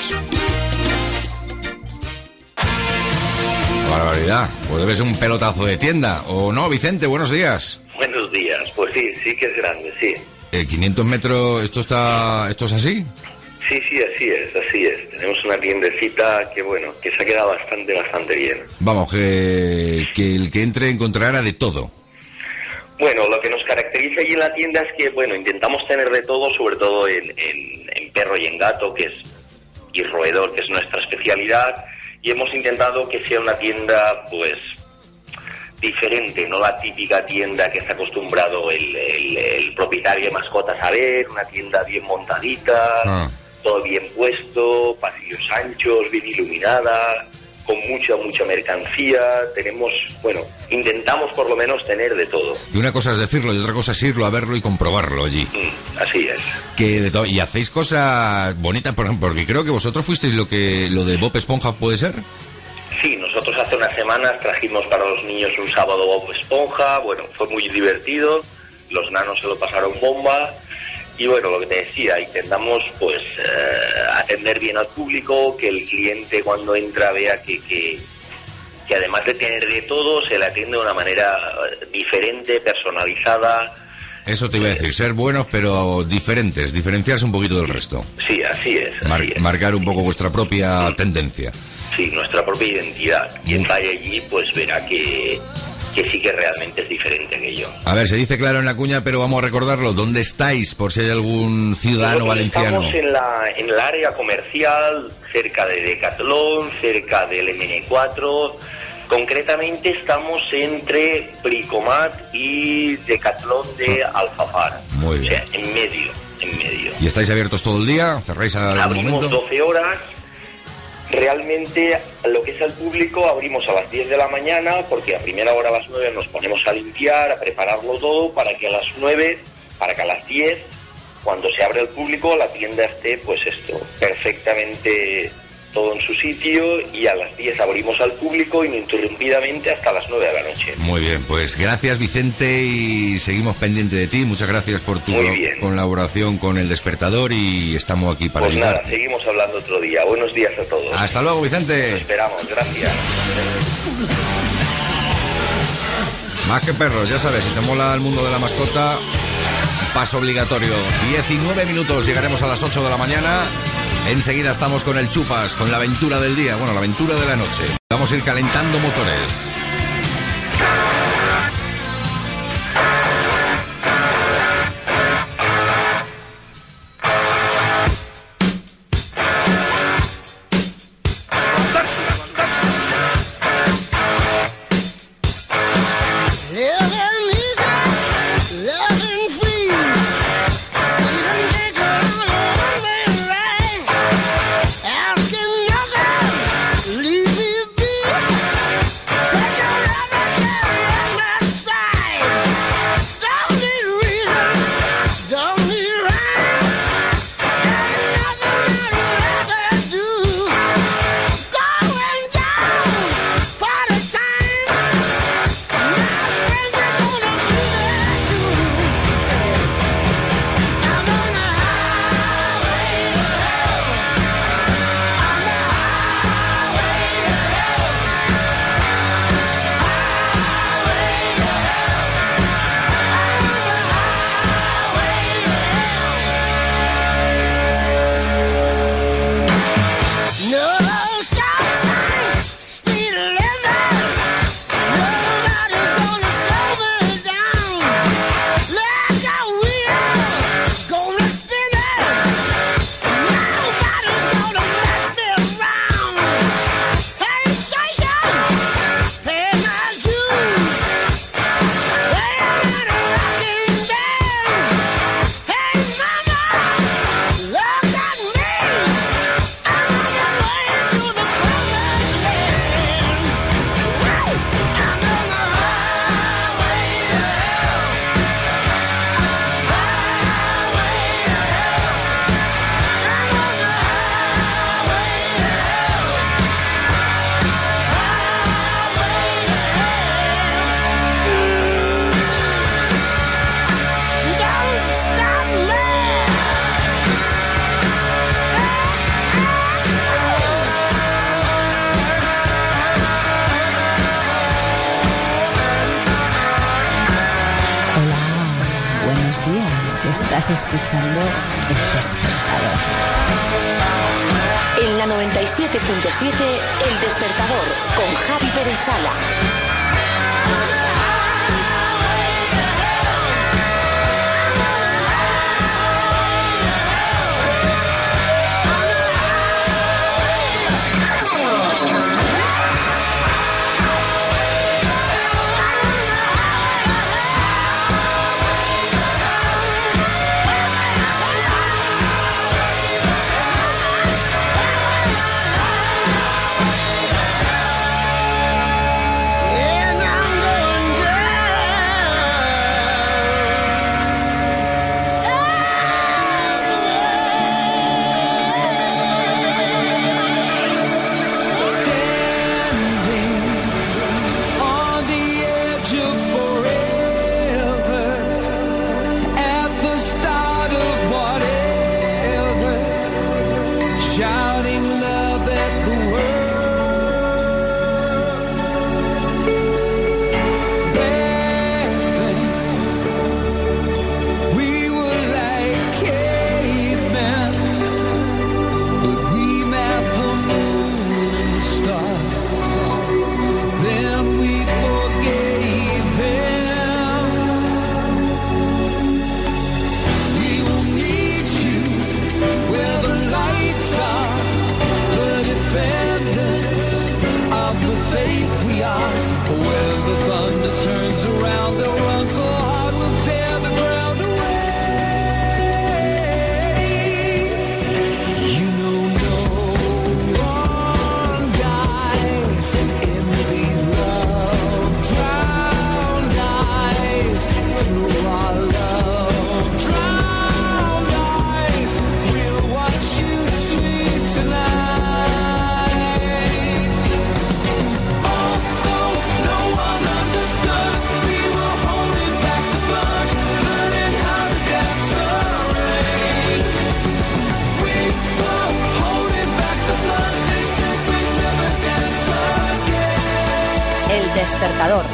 Barbaridad. Pues debe ser un pelotazo de tienda. ¿O no, Vicente? Buenos días. Buenos días. Pues sí, sí que es grande, sí. Eh, quinientos metros, ¿esto está, esto es así? Sí, sí, así es, así es. Tenemos una tiendecita que, bueno, que se ha quedado bastante, bastante bien. Vamos, que, que el que entre encontrará de todo. Bueno, lo que nos caracteriza allí en la tienda es que, bueno, intentamos tener de todo, sobre todo en, en, en perro y en gato, que es, y roedor, que es nuestra especialidad, y hemos intentado que sea una tienda, pues, diferente, no la típica tienda que está acostumbrado el, el, el propietario de mascotas a ver, una tienda bien montadita, ah. todo bien puesto, pasillos anchos, bien iluminada, con mucha, mucha mercancía. Tenemos, bueno, intentamos por lo menos tener de todo. Y una cosa es decirlo y otra cosa es irlo a verlo y comprobarlo allí. Mm, así es. Que de todo. Y hacéis cosas bonitas, por ejemplo, porque creo que vosotros fuisteis lo que lo de Bob Esponja, ¿puede ser? Sí, nosotros hace unas semanas trajimos para los niños un sábado Bob Esponja. Bueno, fue muy divertido, los nanos se lo pasaron bomba. Y bueno, lo que te decía, intentamos pues eh, atender bien al público, que el cliente cuando entra vea que, que, que además de tener de todo, se le atiende de una manera diferente, personalizada. Eso te iba a decir, ser buenos pero diferentes, diferenciarse un poquito del resto. Sí, así es. Así Mar- es. Marcar un poco vuestra propia sí. tendencia. Sí, nuestra propia identidad. Quien vaya allí pues verá que... que sí que realmente es diferente aquello. A ver, se dice claro en la cuña, pero vamos a recordarlo. ¿Dónde estáis, por si hay algún ciudadano Nosotros valenciano? Estamos en, la, en el área comercial, cerca de Decathlon, cerca del eme ene cuatro. Concretamente estamos entre Bricomat y Decathlon de Alfafar. Muy bien. O sea, en medio, en medio. ¿Y estáis abiertos todo el día? ¿Cerráis al Abrimos momento? doce horas. Realmente lo que es al público abrimos a las diez de la mañana, porque a primera hora a las nueve nos ponemos a limpiar, a prepararlo todo, para que a las nueve, para que a las diez, cuando se abre al público, la tienda esté, pues esto, perfectamente todo en su sitio, y a las diez abrimos al público ininterrumpidamente hasta las nueve de la noche. Muy bien, pues gracias Vicente y seguimos pendiente de ti. Muchas gracias por tu colaboración con El Despertador y estamos aquí para Pues ayudarte. nada, seguimos hablando otro día. Buenos días a todos. Hasta luego, Vicente. Nos esperamos, gracias. Más que perros, ya sabes, si te mola el mundo de la mascota, paso obligatorio. diecinueve minutos, llegaremos a las ocho de la mañana. Enseguida estamos con el Chupas, con la aventura del día, bueno, la aventura de la noche. Vamos a ir calentando motores. Asking nothing, leave me be. Take días estás escuchando El Despertador. En la noventa y siete punto siete, El Despertador, con Javi Pérez Sala. Despertador.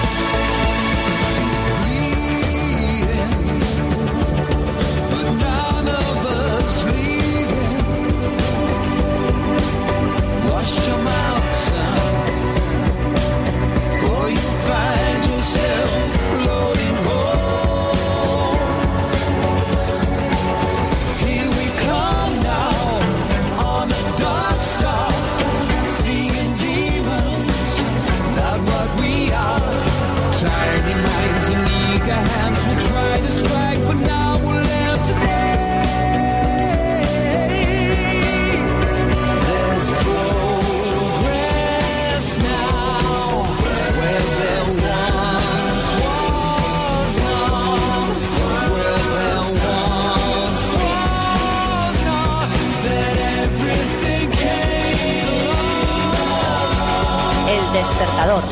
Despertador.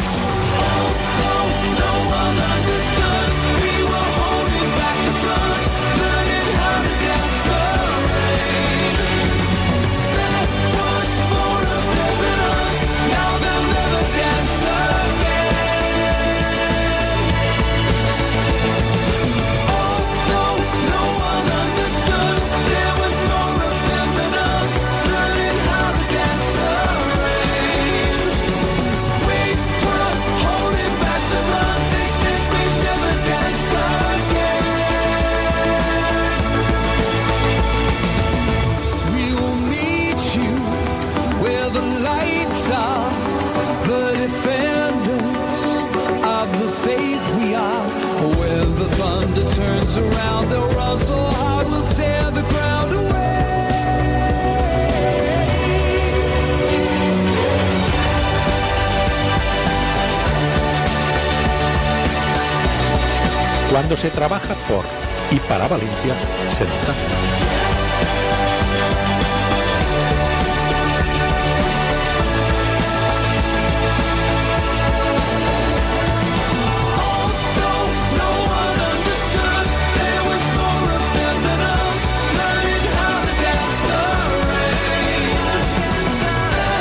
Cuando se trabaja por y para Valencia, se nota.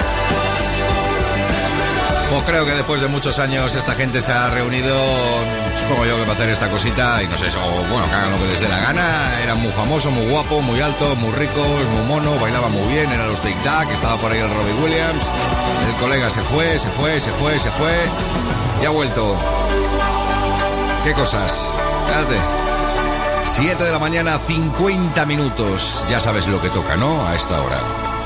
Pues creo que después de muchos años esta gente se ha reunido supongo yo que para hacer esta cosita, y no sé, o bueno, que hagan lo que les dé la gana. Era muy famoso, muy guapo, muy alto, muy rico, muy mono, bailaba muy bien, eran los Tic Tac, estaba por ahí el Robbie Williams. El colega se fue, se fue, se fue, se fue y ha vuelto. ¿Qué cosas? Espérate. siete de la mañana, cincuenta minutos. Ya sabes lo que toca, ¿no? A esta hora.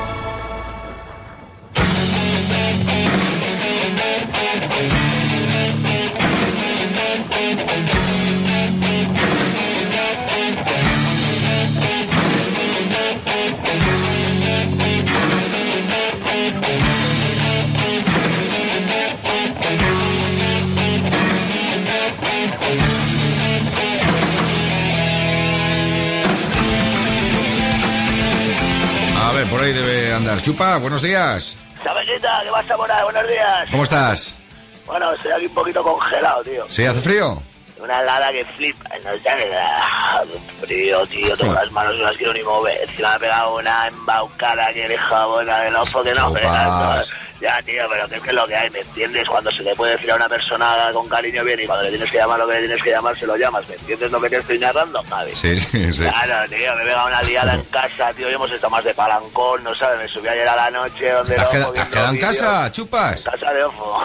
Por ahí debe andar. Chupa, buenos días. Sabellita, ¿qué pasa por ahí? Buenos días. ¿Cómo estás? Bueno, estoy aquí un poquito congelado, tío. ¿Sí, hace frío? Una helada que flipa, no sé, frío, tío, tengo las manos, no las quiero ni mover. Encima me ha pegado una embaucada que deja buena de los que no, pero no, ya, tío, pero que es que es lo que hay, ¿me entiendes? Cuando se le puede decir a una persona con cariño bien y cuando le tienes que llamar lo que le tienes que llamar, se lo llamas, ¿me entiendes lo que te estoy narrando, Javi? Sí, sí, sí. Claro, tío, me he pegado una liada en casa, tío, y hemos estado más de palancón, ¿no sabes? Me subí ayer a la noche donde... ¿Te has quedado, ¿has quedado en casa, Chupas? En casa de Ofo,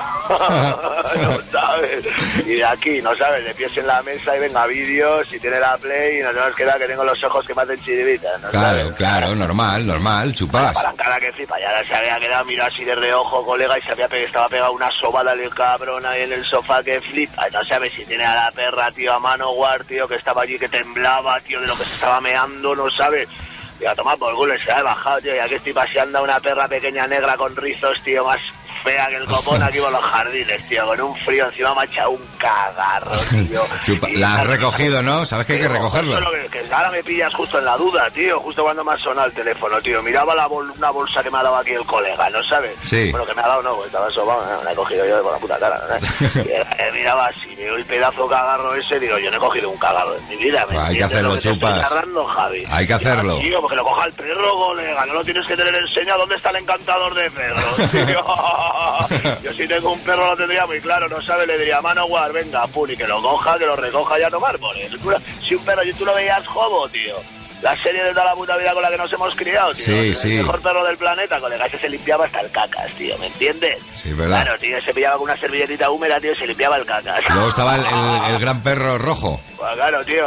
no sabes, y de aquí, ¿no sabes? De pies en la mesa y venga vídeos y tiene la play y no nos queda que tengo los ojos que me hacen chiribitas, ¿no? Claro, ¿sabes? claro, normal, normal, Chupas. La palancada que flipa, ya se había quedado mirado así de reojo, colega, y se había pe estaba pegado una sobada del cabrón ahí en el sofá que flipa, no sabes si tiene a la perra, tío, a Manowar, tío, que estaba allí que temblaba, tío, de lo que se estaba meando, no sabes. Y a tomar por culo, se ha bajado, tío, y aquí estoy paseando a una perra pequeña negra con rizos, tío, más fea que el copón aquí por los jardines, tío, con un frío encima me ha echado un cagarro, tío. Chupa, la has recogido, ¿no? ¿Sabes que hay que recogerlo? Lo que, que ahora me pillas justo en la duda, tío, justo cuando me ha sonado el teléfono, tío. Miraba la bol una bolsa que me ha dado aquí el colega, ¿no sabes? Sí. Bueno, que me ha dado no, porque estaba sobado, no, la he cogido yo con la puta cara, ¿no? Y, eh, miraba así, veo el pedazo cagarro ese, digo, yo no he cogido un cagarro en mi vida, ¿me Hay que hacerlo, que Chupas. Narrando, Javi? Hay que hacerlo. Tío, porque lo coja el perro, colega, no lo tienes que tener enseñado. ¿Dónde está el encantador de perros, tío? Yo si tengo un perro lo tendría muy claro, no sabe, le diría, Manowar, venga, puni, que lo coja, que lo recoja y a tomar por él. Si un perro, y tú lo veías Jobo, tío. La serie de toda la puta vida con la que nos hemos criado, tío. Sí, el sí. mejor perro del planeta, colega, ese se limpiaba hasta el cacas, tío, ¿me entiendes? Sí, ¿verdad? Claro, tío, se pillaba con una servilletita húmeda, tío, y se limpiaba el cacas. Luego estaba el, el, el gran perro rojo. Pues claro, tío,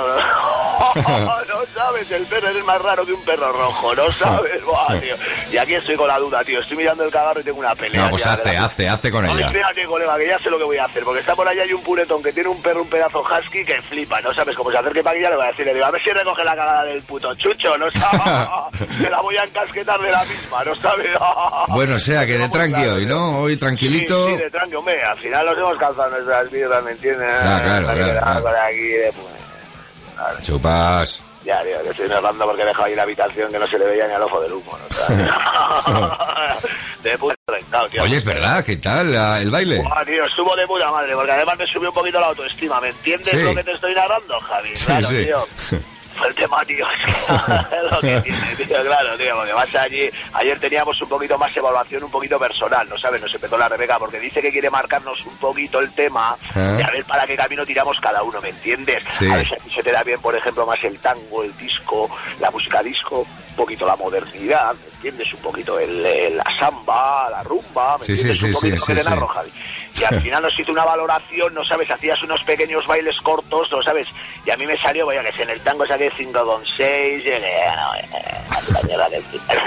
no sabes, el perro es más raro que un perro rojo, no sabes, buah, tío. Y aquí estoy con la duda, tío, estoy mirando el cagarro y tengo una pelea. No, pues tío, hazte, hazte, hazte con ella. Fíjate, colega, que ya sé lo que voy a hacer, porque está por allá hay un puretón que tiene un perro, un pedazo husky que flipa, no sabes cómo se acerque para aquí, ya le voy a decir, le digo, a ver si recoge la cagada del puto chucho, no sabes, que la voy a encasquetar de la misma, no sabes. Bueno, o sea, que de tranqui hoy, ¿no? Hoy tranquilito. Sí, sí, de tranqui, hombre, al final nos hemos calzado nuestras vidas, ¿me entiendes? Ah, claro, claro, claro. Por aquí, de, pues, vale. Chupas. Ya, tío, que estoy narrando porque he dejado ahí la habitación que no se le veía ni al ojo del humo, ¿no? De puta rentado, tío. Oye, es verdad, ¿qué tal la, el baile? Buah, tío, estuvo de puta madre, porque además me subió un poquito la autoestima, ¿me entiendes sí. lo que te estoy narrando, Javi? Sí, claro, sí. tío. Fue el tema, tío, es lo que tiene, tío, claro, tío, porque vas allí, ayer teníamos un poquito más evaluación, un poquito personal, ¿no sabes? Nos empezó la Rebeca, porque dice que quiere marcarnos un poquito el tema, ¿Ah? de a ver para qué camino tiramos cada uno, ¿me entiendes? Sí. A ver si aquí se te da bien, por ejemplo, más el tango, el disco, la música disco, un poquito la modernidad, ¿me entiendes? Un poquito el, el, la samba, la rumba, ¿me sí, entiendes? Sí, un sí, poquito sí, de sí, narro, sí. Javi. Y al final nos hizo una valoración, ¿no sabes? Hacías unos pequeños bailes cortos, ¿no sabes? Y a mí me salió, voy a que si en el tango saqué cinco con seis, llegué, no, eh, la mierda del...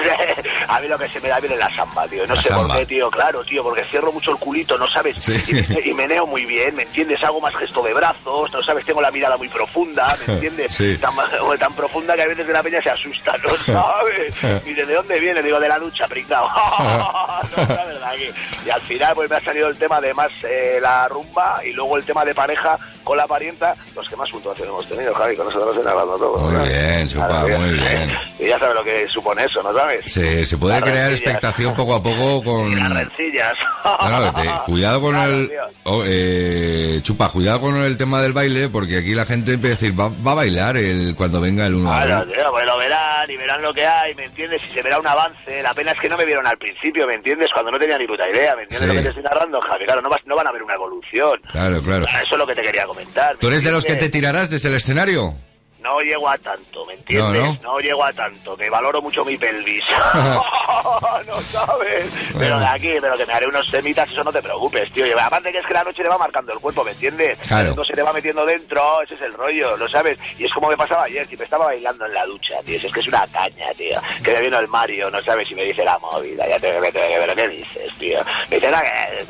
A mí lo que se me da bien es la samba, tío. No la sé samba. por qué, tío, claro, tío, porque cierro mucho el culito, ¿no sabes? Sí. Y, y meneo muy bien, ¿me entiendes? Hago más gesto de brazos, ¿no sabes? Tengo la mirada muy profunda, ¿me entiendes? Sí. Tan, tan profunda que a veces de la peña se asusta, ¿no sabes? Y ¿de dónde viene? Digo, de la ducha, pringao. No, la verdad que... Y al final, pues me ha salido el tema de más eh, la rumba y luego el tema de pareja con la parienta, los que más puntuación hemos tenido, Javi, con nosotros en hablando todo. Muy ¿no? bien, Chupa, muy bien. Y ya sabes lo que supone eso, ¿no sabes? Se, se puede Las crear rencillas. expectación poco a poco con... Las rencillas. Claro, te, cuidado con Claro, el... tío. oh, eh, Chupa, cuidado con el tema del baile, porque aquí la gente empieza a decir, va, va a bailar el cuando venga el uno a Claro, uno. tío, pues lo verán y verán lo que hay, ¿me entiendes? Y se verá un avance. La pena es que no me vieron al principio, ¿me entiendes? Cuando no tenía ni puta idea, ¿me entiendes Sí. lo que te estoy narrando, Javi? Claro, no, vas, no van a ver una evolución. Claro, claro. Eso es lo que te quería contar. comentar. ¿Tú eres de los que entiendes? te tirarás desde el escenario? No llego a tanto, ¿me entiendes? No, No, no. llego a tanto, que valoro mucho mi pelvis. No sabes. Bueno. Pero de aquí, pero que me haré unos temitas, eso no te preocupes, tío. Y aparte que es que la noche le va marcando el cuerpo, ¿me entiendes? Claro. Cuando se te va metiendo dentro, ese es el rollo, ¿lo sabes? Y es como me pasaba ayer, que me estaba bailando en la ducha, tío. Si es que es una caña, tío. Que me vino el Mario, no sabes, y me dice la movida. Ya te meto, pero ¿qué dices, tío? Me dice, no, que...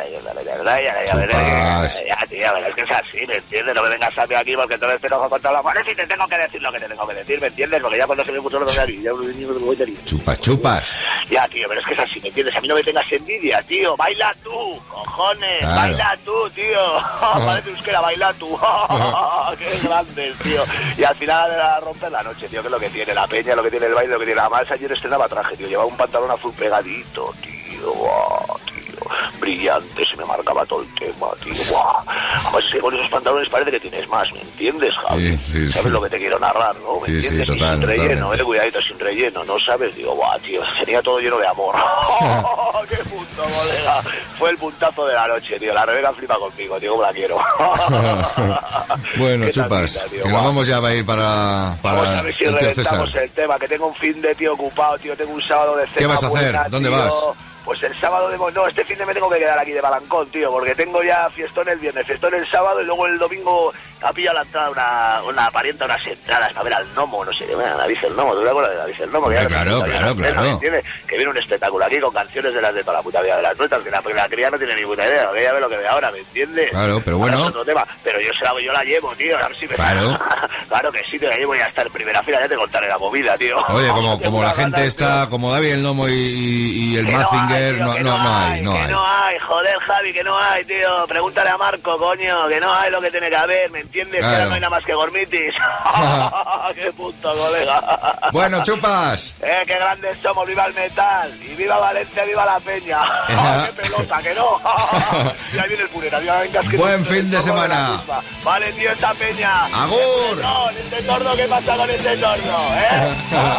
Ya, tío, pero es que es así, ¿me entiendes? No me vengas a mí aquí porque entonces te enojo contra la mano y te tengo que decir lo que te tengo que decir. ¿Me entiendes? Porque ya cuando se me puso los dos ya me voy de Chupas, chupas. Ya, tío, pero es que es así, ¿me entiendes? A mí no me tengas envidia, tío. Baila tú, cojones. Claro. Baila tú, tío. Parece euskera, baila tú. Qué grande, tío. Y al final era romper la noche, tío, que es lo que tiene la peña, lo que tiene el baile, lo que tiene la masa. Ayer estrenaba traje, tío. Llevaba un pantalón azul pegadito, tío. Wow, tío. Brillante, se me marcaba todo el tema, tío. Wow. Además, es que con esos pantalones parece que tienes más, ¿me entiendes, Javi? Sí, sí, ¿Sabes sí. lo que te quiero narrar, no? ¿Me Sí, sí, entiendes? Y total, sin relleno, totalmente. eh, cuidadito, sin relleno, ¿no sabes? Digo, guau, tío, tenía todo lleno de amor. ¡Qué punto, colega! Fue el puntazo de la noche, tío. La Rebeca flipa conmigo, tío, como la quiero. Bueno, ¿Qué chupas, tal, tío? que Guau. nos vamos ya a ir para, para Vamos a ver si el tío reventamos César. el tema, que tengo un fin de tío ocupado, tío. Tengo un sábado de cena. ¿Qué vas a hacer? buena, ¿Dónde tío. vas? Pues el sábado de... No, este fin de me tengo que quedar aquí de Balancón, tío, porque tengo ya fiestón el viernes, fiestón el sábado y luego el domingo ha pillado la entrada una, una parienta, unas entradas para ver al Gnomo, no sé qué, bueno, David el Gnomo, ¿tú te acuerdas de David el Gnomo? Que ya Claro, no sé si claro, sabías, claro. ¿me entiendes? Que viene un espectáculo aquí con canciones de las de toda la puta vida de las nuestras, que la, la cría no tiene ni puta idea, que ella ve lo que ve ahora, ¿me entiendes? Claro, pero bueno. Ahora es otro tema, pero yo, se la, yo la llevo, tío, a ver si me... Claro. Claro que sí, te la llevo y hasta en primera fila ya te contaré la movida, tío. Oye, como, Qué como la buena gente gana, está, como David el Nomo y, y, y el Que no Mazinger, hay, tío, no, que no, no hay, no que hay. no hay, joder, Javi, que no hay, tío. Pregúntale a Marco, coño, que no hay lo que tiene que haber, ¿me entiendes? Claro. Que ahora no hay nada más que gormitis. ¡Qué puto, colega! Bueno, chupas. Eh, qué grandes somos, viva el metal. Y viva Valencia, viva la peña. ¡Qué pelota, que no! Y ahí viene el purera, ya vengas que... Buen fin de semana. Vale, tío, esta peña. ¡Agur! No, este torno, ¿qué pasa con este torno, eh?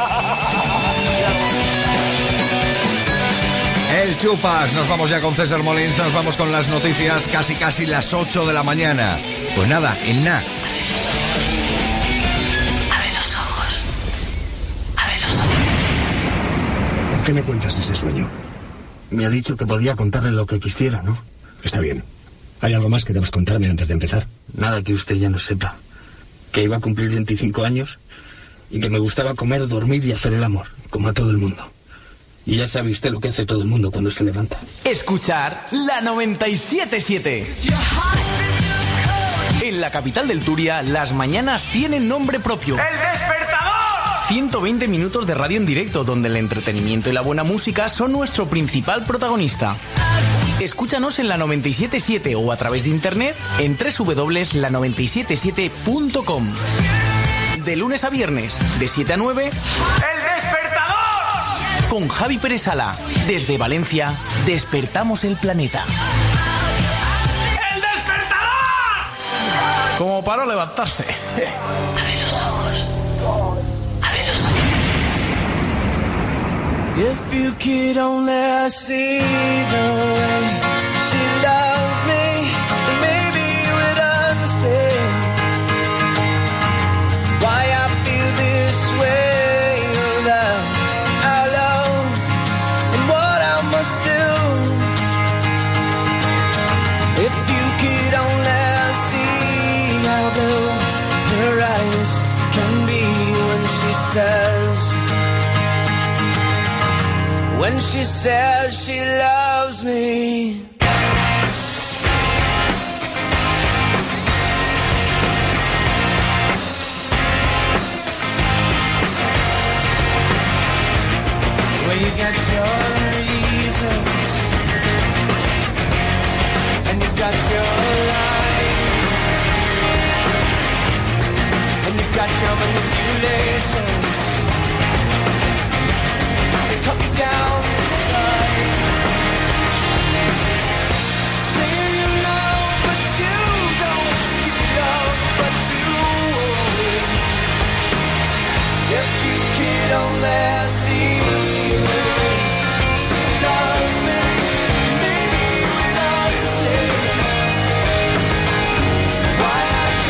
El chupas, nos vamos ya con César Molins, nos vamos con las noticias casi casi las ocho de la mañana. Pues nada, en nada. Abre los ojos. Abre los ojos. ¿Por qué me cuentas ese sueño? Me ha dicho que podía contarle lo que quisiera, ¿no? Está bien. ¿Hay algo más que debas contarme antes de empezar? Nada que usted ya no sepa. Que iba a cumplir veinticinco años y que me gustaba comer, dormir y hacer el amor, como a todo el mundo. Y ya sabe usted lo que hace todo el mundo cuando se levanta. Escuchar la noventa y siete siete. En la capital del Turia, las mañanas tienen nombre propio. ¡El despertador! ciento veinte minutos de radio en directo, donde el entretenimiento y la buena música son nuestro principal protagonista. Escúchanos en la noventa y siete siete o a través de internet en doble u doble u doble u punto la noventa y siete siete punto com. De lunes a viernes, de siete a nueve... ¡El despertador! Con Javi Pérez Sala. Desde Valencia, despertamos el planeta. ¡El despertador! Como para levantarse. Abre los ojos. Abre los ojos. If you could only see the way she loves me, then maybe you would understand why I feel this way about our love and what I must do. If you could only see how blue her eyes can be when she says When she says she loves me. Well, you got your reasons, and you got your lies, and you got your manipulations. Cut me down to size. Say you love, but you don't. You love, but you won't. If you could only see the way she loves me, maybe you would understand why I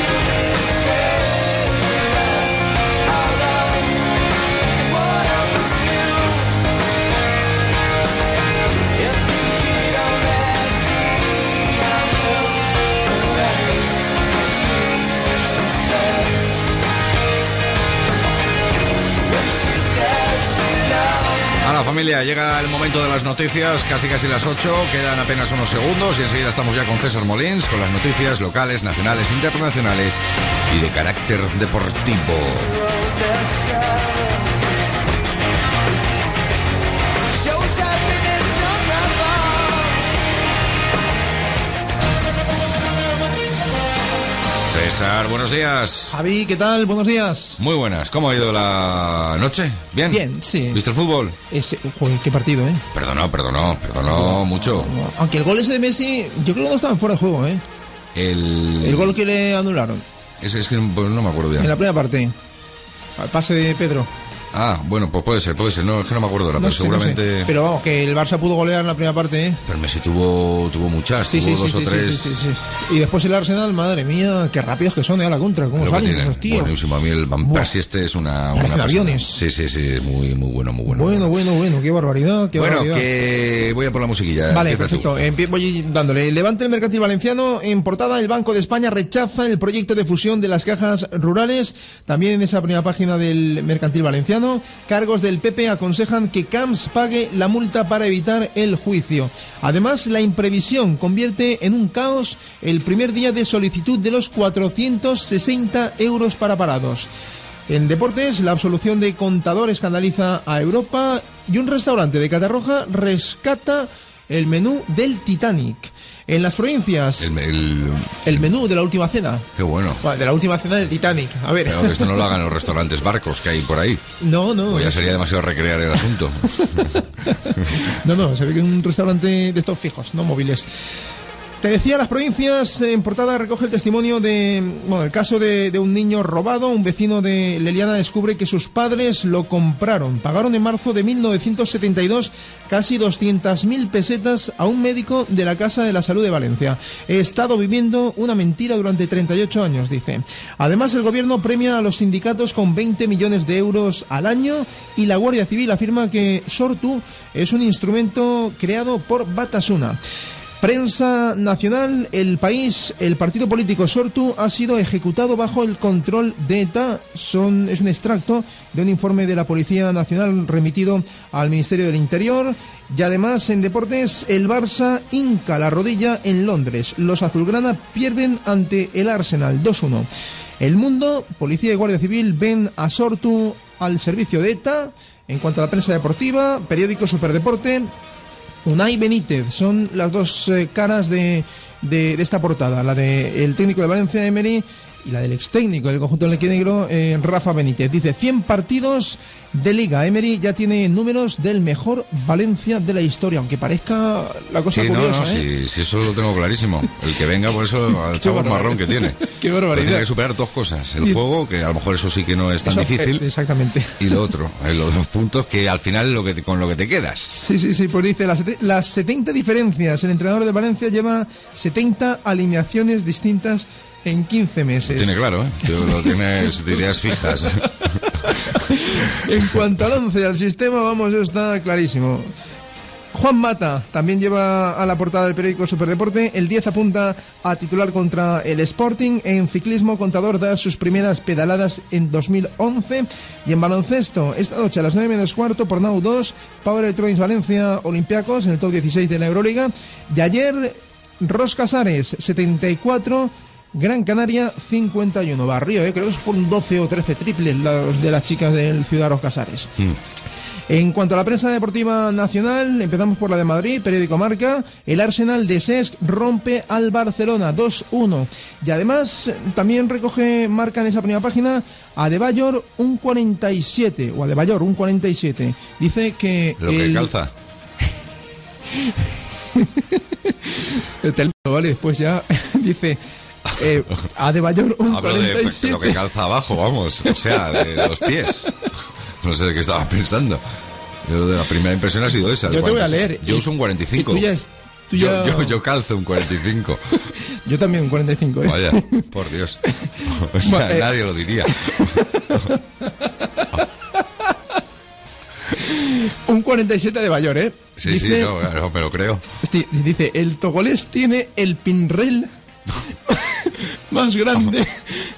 familia, llega el momento de las noticias, casi casi las ocho, quedan apenas unos segundos y enseguida estamos ya con César Molins, con las noticias locales, nacionales, internacionales y de carácter deportivo. César, buenos días. Javi, ¿qué tal? Buenos días. Muy buenas. ¿Cómo ha ido la noche? ¿Bien? Bien, sí. ¿Viste el fútbol? Ese, joder, qué partido, ¿eh? Perdonó, perdonó, perdonó no, mucho. No. Aunque el gol ese de Messi, yo creo que no estaba fuera de juego, ¿eh? El... El gol que le anularon. Ese es que no, no me acuerdo bien. En la primera parte. Al pase de Pedro. Ah, bueno, pues puede ser, puede ser. No, es que no me acuerdo ahora, no pero sé, seguramente... No sé. Pero vamos, que el Barça pudo golear en la primera parte, ¿eh? Pero Messi tuvo, tuvo muchas, sí, tuvo sí, dos sí, o sí, tres... Sí, sí, sí, sí. Y después el Arsenal, madre mía, qué rápidos que son, ¿eh? A la contra, cómo salen esos tíos. Buenísimo, a mí el Van Persie este es una... una aviones. Sí, sí, sí, muy, muy bueno, muy bueno. Bueno, bueno, bueno, qué barbaridad, qué bueno, barbaridad. que voy a por la musiquilla. Vale, perfecto, Empie voy dándole. Levante el Mercantil Valenciano, en portada el Banco de España rechaza el proyecto de fusión de las cajas rurales. También en esa primera página del Mercantil Valenciano, cargos del P P aconsejan que Camps pague la multa para evitar el juicio. Además, la imprevisión convierte en un caos el primer día de solicitud de los cuatrocientos sesenta euros para parados. En deportes, la absolución de Contador escandaliza a Europa y un restaurante de Catarroja rescata el menú del Titanic. En las provincias, el, el, el menú de la última cena. Qué bueno. De la última cena del Titanic. A ver. Pero que esto no lo hagan los restaurantes barcos que hay por ahí. No, no. Pues ya sería demasiado recrear el asunto. No, no, se ve que es un restaurante de estos fijos, no móviles. Te decía, las provincias, en portada recoge el testimonio de, bueno, el caso de, de un niño robado. Un vecino de Leliana descubre que sus padres lo compraron. Pagaron en marzo de mil novecientos setenta y dos casi doscientas mil pesetas a un médico de la Casa de la Salud de Valencia. He estado viviendo una mentira durante treinta y ocho años, dice. Además, el gobierno premia a los sindicatos con veinte millones de euros al año y la Guardia Civil afirma que Sortu es un instrumento creado por Batasuna. Prensa nacional, El País, el partido político Sortu ha sido ejecutado bajo el control de ETA. Son, es un extracto de un informe de la Policía Nacional remitido al Ministerio del Interior. Y además, en deportes, el Barça hinca la rodilla en Londres. Los azulgrana pierden ante el Arsenal dos uno. El Mundo, Policía y Guardia Civil ven a Sortu al servicio de ETA. En cuanto a la prensa deportiva, periódico Superdeporte, Unai Benítez, son las dos eh, caras de, de, de esta portada, la del técnico de Valencia, Emery, y la del ex técnico del conjunto albinegra, eh, Rafa Benítez. Dice, cien partidos de Liga. Emery ya tiene números del mejor Valencia de la historia, aunque parezca la cosa sí, curiosa. No, no, ¿eh? sí, sí, eso lo tengo clarísimo. El que venga, por eso, al chavo marrón que tiene. Qué barbaridad. Tiene que superar dos cosas. El y... juego, que a lo mejor eso sí que no es tan eso, difícil. Eh, exactamente. Y lo otro, eh, los dos puntos que al final lo que te, con lo que te quedas. Sí, sí, sí, pues dice, las, las setenta diferencias. El entrenador de Valencia lleva setenta alineaciones distintas en quince meses. Lo tiene claro, ¿eh? Tú lo tienes de ideas fijas. En cuanto al once, al sistema, vamos, está clarísimo. Juan Mata también lleva a la portada del periódico Superdeporte. El diez apunta a titular contra el Sporting. En ciclismo, Contador da sus primeras pedaladas en dos mil once. Y en baloncesto, esta noche a las nueve menos cuarto por Nau dos, Power Electronics Valencia Olympiacos en el top dieciséis de la Euroliga. Y ayer, Ros Casares setenta y cuatro, Gran Canaria cincuenta y uno. Barrio, ¿eh? Creo que fueron doce o trece triples los de las chicas del Ciudad Ros Casares. Mm. En cuanto a la prensa deportiva nacional, empezamos por la de Madrid, periódico Marca. El Arsenal de Cesc rompe al Barcelona dos uno. Y además también recoge Marca en esa primera página a Adebayor un cuarenta y siete, o Adebayor un cuarenta y siete. Dice que... Lo que el... calza. Vale, después ya dice... Eh, Adebayor un Hablo cuarenta y siete. de, de lo que calza abajo, vamos, o sea, de los pies. No sé de qué estaba pensando. Yo, de la primera impresión ha sido esa. Yo te voy a leer. Yo uso un cuarenta y cinco. Tú ya es, tú ya... Yo, yo, yo calzo un cuarenta y cinco. Yo también un cuarenta y cinco, ¿eh? Vaya, por Dios. O sea, bueno, eh... nadie lo diría. Un cuarenta y siete de Bayor, ¿eh? Sí, dice, sí, no, no, me lo creo. Dice, el togolés tiene el pinrel más grande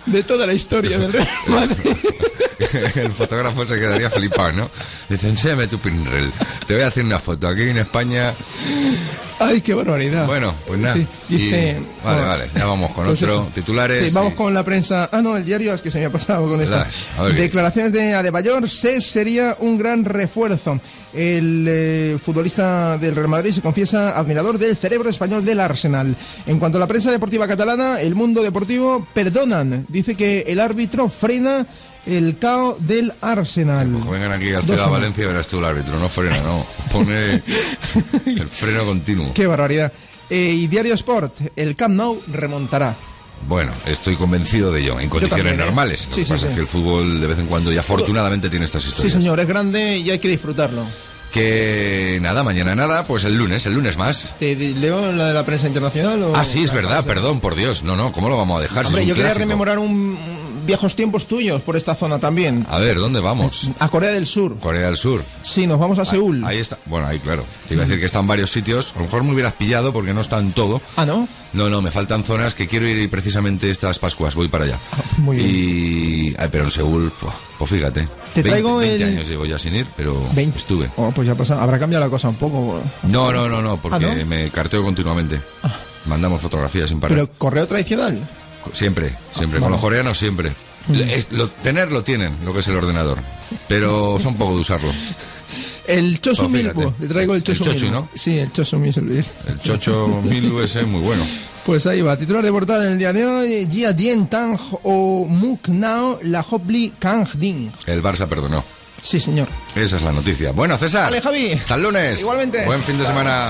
de toda la historia del Real Madrid. El fotógrafo se quedaría flipado, ¿no? Dice, enséñame tu pinrel. Te voy a hacer una foto aquí en España. Ay, qué barbaridad. Bueno, pues nada. Sí, dice, y... Vale, bueno, vale, ya vamos con pues otro. eso. Titulares. Sí, vamos y... con la prensa. Ah, no, el diario es que se me ha pasado con esta. Declaraciones de Adebayor. Se sería un gran refuerzo. El eh, futbolista del Real Madrid se confiesa admirador del cerebro español del Arsenal. En cuanto a la prensa deportiva catalana, El Mundo Deportivo perdonan. Dice que el árbitro frena el caos del Arsenal. Pues vengan aquí al Ciudad Valencia y verás tú el árbitro. No frena, no. Pone el freno continuo. Qué barbaridad. Eh, y Diario Sport, el Camp Nou remontará. Bueno, estoy convencido de ello, en condiciones también, ¿eh? normales. Lo Sí, que sí, pasa sí. es que el fútbol de vez en cuando y afortunadamente tiene estas Sí, historias. señor, es grande y hay que disfrutarlo. Que nada, mañana nada, pues el lunes, el lunes más. ¿Te di- leo la de la prensa internacional? O... Ah, sí, es verdad, perdón, por Dios. No, no, ¿cómo lo vamos a dejar? Si Hombre, es un yo quería clásico. rememorar un, un viejos tiempos tuyos por esta zona también. A ver, ¿dónde vamos? A Corea del Sur. Corea del Sur. Sí, nos vamos a Seúl. Ahí está. Bueno, ahí, claro. Te iba a decir que están varios sitios. A lo mejor me hubieras pillado porque no está en todo. Ah, ¿no? No, no, me faltan zonas que quiero ir precisamente estas Pascuas. Voy para allá. Muy bien. Y... Ay, pero en Seúl, pues, pues fíjate. Te traigo veinte, veinte el- años llevo ya sin ir, pero veinte. estuve. Oh, pues ya pasa. Habrá cambiado la cosa un poco. No, no, no, no, porque Ah, ¿no? me carteo continuamente. Mandamos fotografías sin parar. Pero correo tradicional. Siempre, siempre. Con vamos. los coreanos siempre. Es- lo, tener lo tienen, lo que es el ordenador. Pero son poco de usarlo. El Chosu Pues fíjate. Milbo. Te traigo el Chosu El Chochu, Milbo. ¿no? Sí, el Chosu Milbo. El Chocho mil ese es muy bueno. Pues ahí va, titular de portada en el día de hoy, Jia Dien Tang o Muk Nao La Hopli Kang Ding. El Barça perdonó. Sí, señor. Esa es la noticia. Bueno, César. Vale, Javi. Hasta el lunes. Igualmente. Buen fin de semana.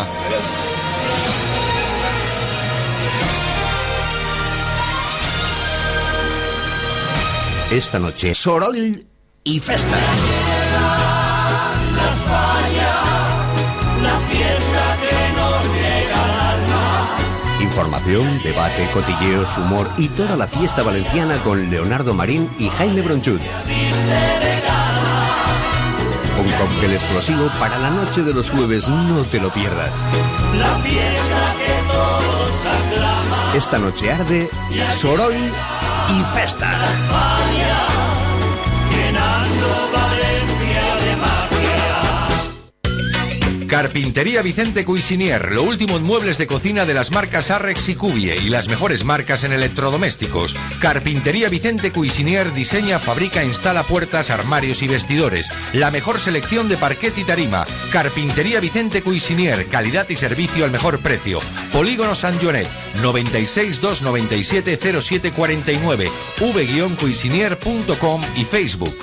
Esta noche, Soroll y Festa. Las fallas, la fiesta que nos llega al alma. Información, debate, cotilleos, humor y toda la fiesta valenciana con Leonardo Marín y Jaime Bronchud. Un cóctel explosivo para la noche de los jueves, no te lo pierdas. La fiesta que todos aclaman. Esta noche arde Soroll y Festa. Las fallas, llenando Valencia de magia. Carpintería Vicente Cuisinier, lo último en muebles de cocina de las marcas Arrex y Cubie y las mejores marcas en electrodomésticos. Carpintería Vicente Cuisinier diseña, fabrica, instala puertas, armarios y vestidores. La mejor selección de parquet y tarima. Carpintería Vicente Cuisinier, calidad y servicio al mejor precio. Polígono San Joanet, noventa y seis, doscientos noventa y siete, cero siete cuarenta y nueve, v guion cuisinier punto com y Facebook.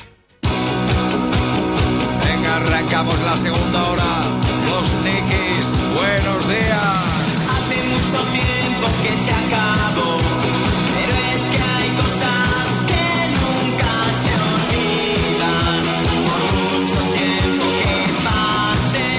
Venga, arrancamos la segunda hora. Los Nikis, buenos días. Hace mucho tiempo que se acabó, pero es que hay cosas que nunca se olvidan. Por mucho tiempo que pase,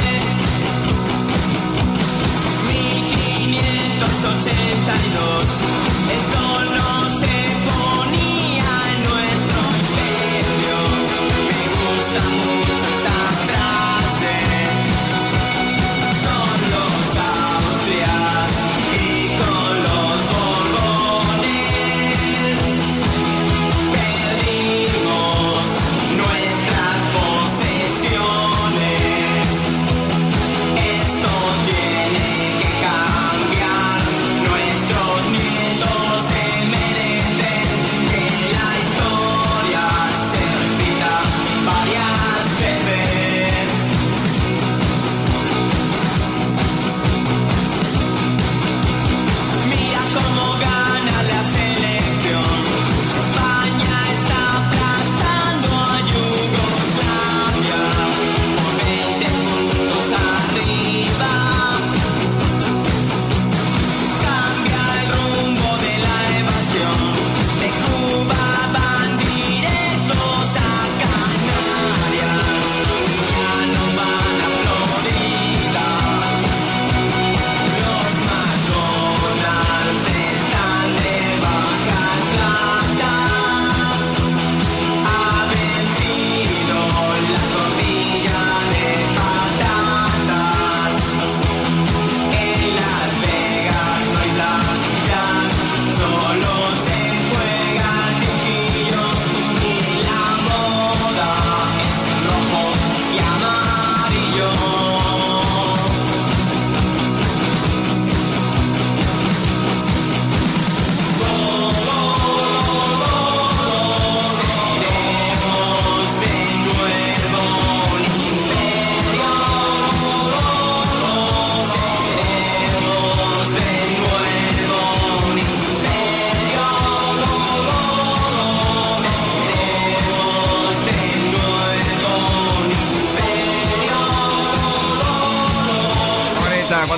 mil quinientos ochenta y dos, el sol no se ponía en nuestro imperio. Me gusta mucho esa frase. Con los Austrias y con los Borbón.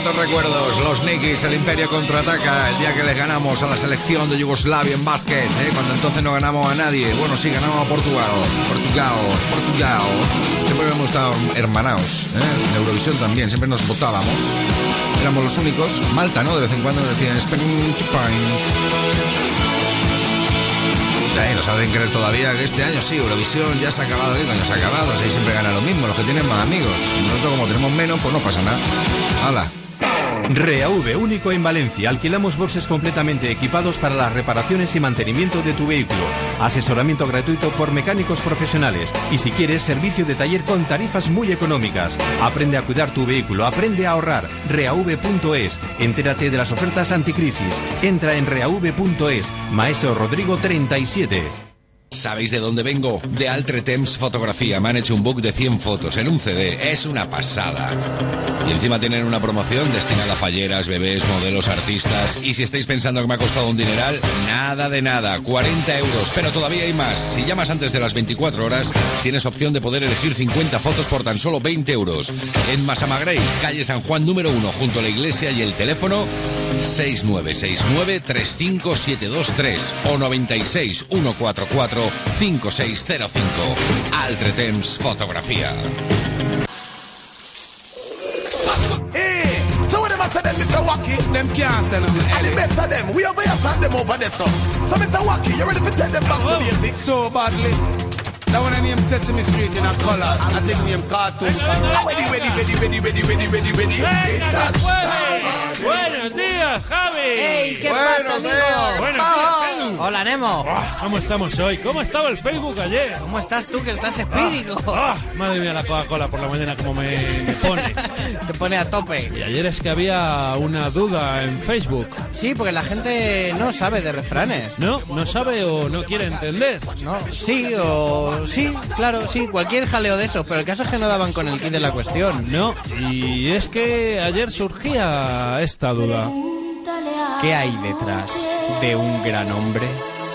cuántos recuerdos. Los Nikis, el Imperio contraataca, el día que les ganamos a la selección de Yugoslavia en básquet, ¿eh? Cuando entonces no ganamos a nadie. Bueno, sí, ganamos a Portugal. Portugal, Portugal. Siempre hemos estado hermanados, ¿eh? En Eurovisión también, siempre nos votábamos. Éramos los únicos. Malta, ¿no? De vez en cuando decían Spain to Pine. Y nos hacen creer todavía que este año sí, Eurovisión ya se ha acabado. ¿Qué coño se ha acabado? Si ahí siempre gana lo mismo, los que tienen más amigos. Nosotros como tenemos menos, pues no pasa nada. ¡Hala! REAV, único en Valencia. Alquilamos boxes completamente equipados para las reparaciones y mantenimiento de tu vehículo. Asesoramiento gratuito por mecánicos profesionales. Y si quieres, servicio de taller con tarifas muy económicas. Aprende a cuidar tu vehículo, aprende a ahorrar. reav punto es. Entérate de las ofertas anticrisis. Entra en reav punto es. Maestro Rodrigo treinta y siete. ¿Sabéis de dónde vengo? De Altretemps Fotografía. Me han hecho un book de cien fotos en un C D. Es una pasada. Y encima tienen una promoción destinada a falleras, bebés, modelos, artistas. Y si estáis pensando que me ha costado un dineral, nada de nada. cuarenta euros. Pero todavía hay más. Si llamas antes de las veinticuatro horas, tienes opción de poder elegir cincuenta fotos por tan solo veinte euros. En Massamagrey, calle San Juan número uno, junto a la iglesia, y el teléfono seis nueve seis nueve tres cinco siete dos tres o noventa y seis uno cuatro cuatro cinco seis cero cinco. Altretemps Fotografía. Hey, so when them a say them Mister Wacky, them can't send them. And the best of them, we over here and them over there, so. So Mister Wacky, you ready to take them back to basics? So badly. That one I name Sesame Street in a colors. I take name cartoon. Ready, ready, ready, ready, ready, ready, ready, ready. Venga, que puede. Buenos días, Javi. Ey, ¿qué Buenos pasa, amigo? días. Buenos días, Edu. Hola, Nemo. Oh, ¿Cómo estamos hoy? ¿Cómo estaba el Facebook ayer? ¿Cómo estás tú, que estás espíritu? Oh, oh, madre mía, la Coca-Cola por la mañana como me, me pone. Te pone a tope. Y ayer es que había una duda en Facebook. Sí, porque la gente no sabe de refranes. No, no sabe o no quiere entender. No, sí o sí, claro, sí, cualquier jaleo de esos, pero el caso es que no daban con el kit de la cuestión. No, y es que ayer surgía esta duda. ¿Qué hay detrás de un gran hombre?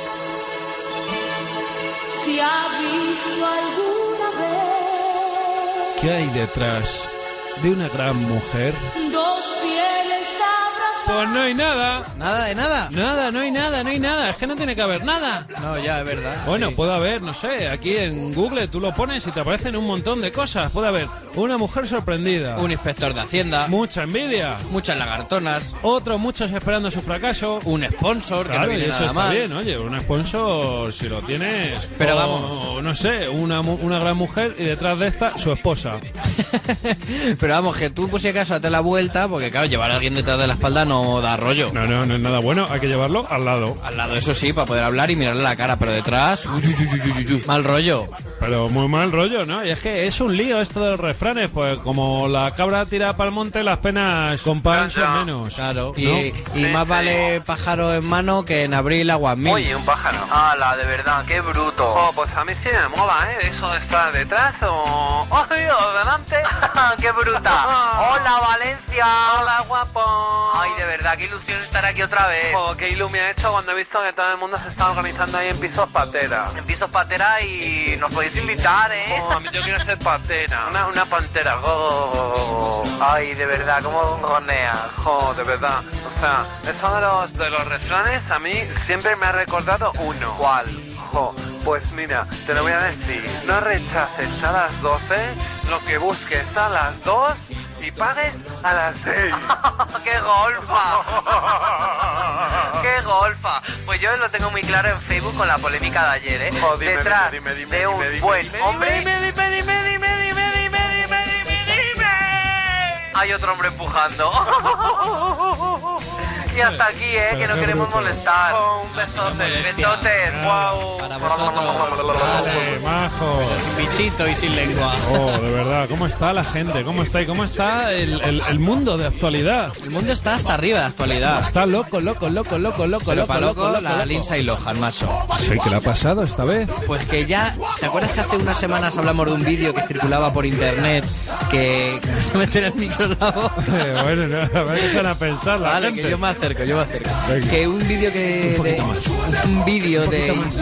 Si ha visto alguna vez ¿Qué hay detrás de una gran mujer? dos fieles abrazados. Pues no hay nada. ¿Nada de nada? Nada, no hay nada, no hay nada. Es que no tiene que haber nada. No, ya, es verdad. Bueno, sí. Puede haber, no sé, aquí en Google tú lo pones y te aparecen un montón de cosas. Puede haber una mujer sorprendida. Un inspector de Hacienda. Mucha envidia. Muchas lagartonas. Otros muchos esperando su fracaso. Un sponsor, Claro, que no y viene eso nada está mal. bien, oye, un sponsor si lo tienes. Pero o, vamos. no sé, una, mu- una gran mujer y detrás de esta su esposa. Pero vamos, que tú por si acaso date la vuelta, porque claro, llevar a alguien detrás de la espalda no da rollo. No, no, no es nada bueno, hay que llevarlo al lado. Al lado, eso sí, para poder hablar y mirarle la cara, pero detrás, uy, uy, uy, uy, uy, uy, mal rollo. Pero muy mal rollo, ¿no? Y es que es un lío esto de los refranes, pues como la cabra tira para el monte, las penas con pan son menos. Claro, ¿no? y, y más vale pájaro en mano que en abril agua en mil. Oye, un pájaro. ¡Hala, de verdad, qué bruto! Oh, pues a mí sí me mola, ¿eh? Eso de estar detrás o... ¡Oh, Dios, delante! ¡Qué bruta! ¡Hola, Valencia! ¡Hola, guapo! Ay, de verdad, qué ilusión estar aquí otra vez. Oh, qué ilusión me ha hecho cuando he visto que todo el mundo se está organizando ahí en Pisos Patera. En Pisos Patera y nos podéis invitar, ¿eh? Oh, a mí yo quiero ser patera. Una, una pantera. Oh. Ay, de verdad, cómo gongoneas. Oh, de verdad. O sea, eso de los, de los refranes a mí siempre me ha recordado uno. ¿Cuál? Oh, pues mira, te lo voy a decir. No rechaces a las doce lo que busques a las dos y pagues a las seis. ¡Qué golfa! ¡Qué golfa! Pues yo lo tengo muy claro en Facebook con la polémica de ayer, ¿eh? Oh, dime, Detrás dime, dime, dime, de un dime, dime, buen dime, hombre... Dime, dime, dime, dime, dime, dime, dime, dime, dime, dime. Hay otro hombre empujando. Y hasta aquí, ¿eh? Que no queremos molestar. Oh, un besote, besotes. Wow. Para vosotros. Vale, majo. Pero sin bichito y sin lengua. Oh, de verdad, ¿cómo está la gente? ¿Cómo está? ¿Y cómo está el, el, el mundo de actualidad? El mundo está hasta arriba de actualidad. Está loco, loco, loco, loco, loco, Pero loco, para loco, loco, loco, la loco. Lindsay Lohan, macho. Sí, ¿qué le ha pasado esta vez? Pues que ya... ¿Te acuerdas que hace unas semanas hablamos de un vídeo que circulaba por internet que... que vas a meter el micrófono? Bueno, no, a ver qué se van a pensar la Vale, gente. que yo me acerco, yo me acerco. Venga. Que un vídeo que... Un de, poquito más. un vídeo Un de poquito más. Lindsay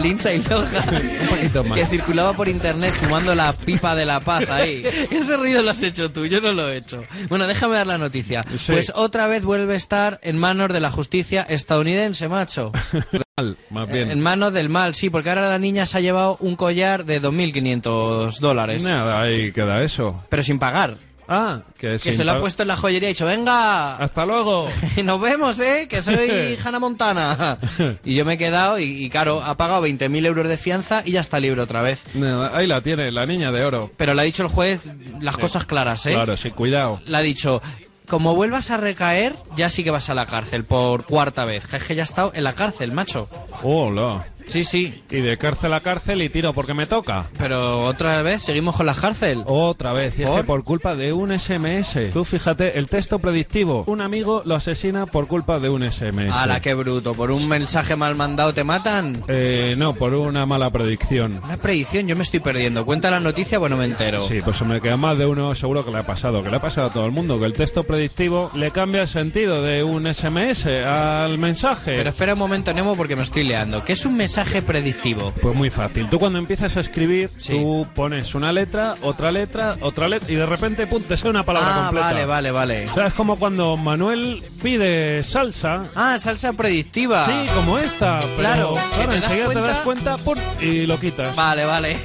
Un poquito más. Que circulaba por internet fumando la pipa de la paz ahí. Ese ruido lo has hecho tú, yo no lo he hecho. Bueno, déjame dar la noticia. Sí. Pues otra vez vuelve a estar en manos de la justicia estadounidense, macho. Mal, más bien. En manos del mal, sí, porque ahora la niña se ha llevado un collar de dos mil quinientos dólares. Nada, ahí queda eso. Pero sin pagar. Ah, que, Que sin se lo ha pa- puesto en la joyería y ha dicho, venga, Hasta luego. nos vemos, ¿eh? Que soy Hannah Montana. Y yo me he quedado y, y claro, ha pagado veinte mil euros de fianza y ya está libre otra vez. Nada, ahí la tiene, la niña de oro. Pero le ha dicho el juez las cosas claras, ¿eh? Claro, sí, cuidado. Le ha dicho, como vuelvas a recaer, ya sí que vas a la cárcel por cuarta vez. Que es que ya ha estado en la cárcel, macho. Hola. Sí, sí. Y de cárcel a cárcel y tiro porque me toca. Pero otra vez seguimos con la cárcel. Otra vez, y es ¿Por? que por culpa de un S M S. Tú fíjate, el texto predictivo. Un amigo lo asesina por culpa de un S M S. ¡Hala, qué bruto! ¿Por un mensaje mal mandado te matan? Eh, no, por una mala predicción. Una predicción, yo me estoy perdiendo. Cuenta la noticia, bueno, me entero. Sí, pues me queda más de uno seguro que le ha pasado. Que le ha pasado a todo el mundo. Que el texto predictivo le cambia el sentido de un S M S al mensaje. Pero espera un momento, Nemo, porque me estoy liando. ¿Qué es un mensaje predictivo? Pues muy fácil. Tú cuando empiezas a escribir, sí. tú pones una letra, otra letra, otra letra y de repente, pum, te sale una palabra ah, completa. vale, vale, vale. O sea, es como cuando Manuel pide salsa. Ah, salsa predictiva. Sí, como esta. Pero, claro. Claro, ¿te enseguida das te das cuenta, pum, y lo quitas. Vale, vale.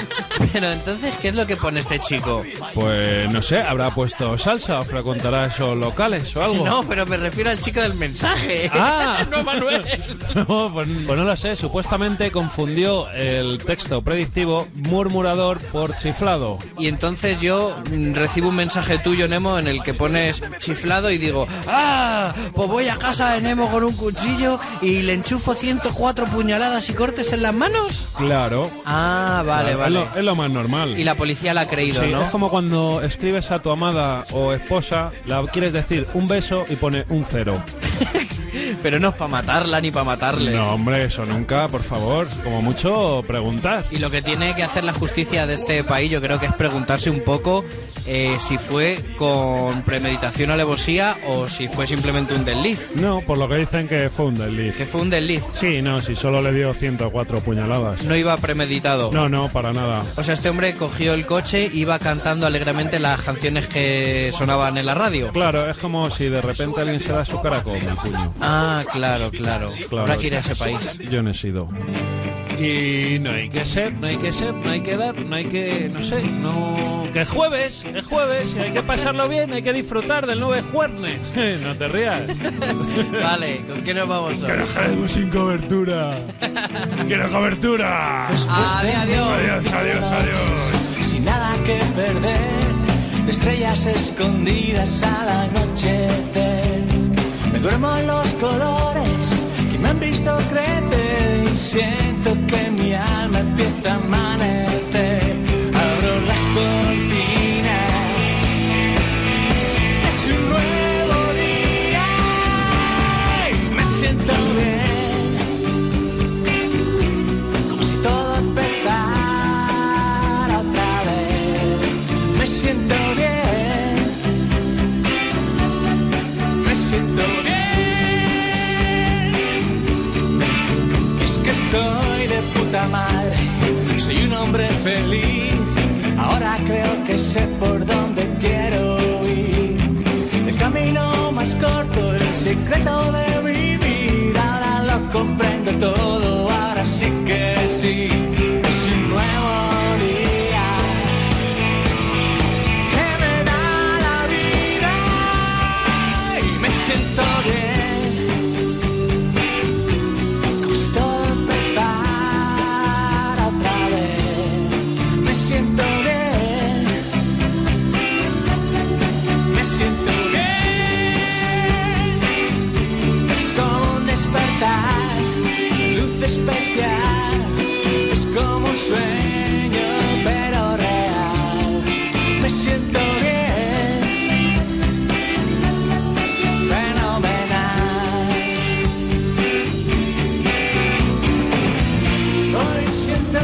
Pero entonces, ¿qué es lo que pone este chico? Pues no sé, habrá puesto salsa o frecuentará esos locales o algo. No, pero me refiero al chico del mensaje. Ah, no, Manuel. No, pues, pues no lo sé. Supuestamente confundió el texto predictivo murmurador por chiflado. Y entonces yo mm, recibo un mensaje tuyo, Nemo, en el que pones chiflado y digo, ¡ah! Pues voy a casa de Nemo con un cuchillo y le enchufo ciento cuatro puñaladas y cortes en las manos. Claro. Ah, vale, Claro, vale. Es lo, es lo más normal. Y la policía la ha creído, Sí, ¿no? es como cuando escribes a tu amada o esposa, la quieres decir un beso y pone un cero. Pero no es para matarla ni para matarles. No, hombre, eso nunca, por favor. Como mucho, preguntar. Y lo que tiene que hacer la justicia de este país, yo creo que es preguntarse un poco eh, si fue con premeditación o alevosía o si fue simplemente un desliz. No, por lo que dicen que fue un desliz. Que fue un desliz. Sí, no, si solo le dio ciento cuatro puñaladas. No iba premeditado. No, no, para nada. O sea, este hombre cogió el coche e iba cantando alegremente las canciones que sonaban en la radio. Claro, es como si de repente alguien se da su cara con el puño. Ah, claro, claro. Claro. Habrá que ir a ese país. Yo no he sido. Y no hay que ser, no hay que ser, no hay que dar, no hay que, no sé, no... Que es jueves, es jueves, y hay que pasarlo bien, hay que disfrutar del nuevo jueves. No te rías. Vale, ¿con qué nos vamos hoy? Que nos quedemos sin cobertura. ¡Quiero cobertura! Adiós, adiós. Adiós, adiós, adiós. Sin nada que perder, de estrellas escondidas al anochecer. Me duermo en los colores que me han visto crecer y siento que mi alma empieza a amanecer. Abro las cortinas, es un nuevo día y me siento bien, como si todo empezara otra vez. Me siento bien, me siento bien. Estoy de puta madre, soy un hombre feliz. Ahora creo que sé por dónde quiero ir. El camino más corto, el secreto de vivir. Ahora lo comprendo todo, ahora sí que sí. Es un nuevo día que me da la vida y me siento bien. Siento bien, me siento bien. Es como un despertar, luz especial. Es como un sueño, pero real. Me siento bien, fenomenal. Hoy siento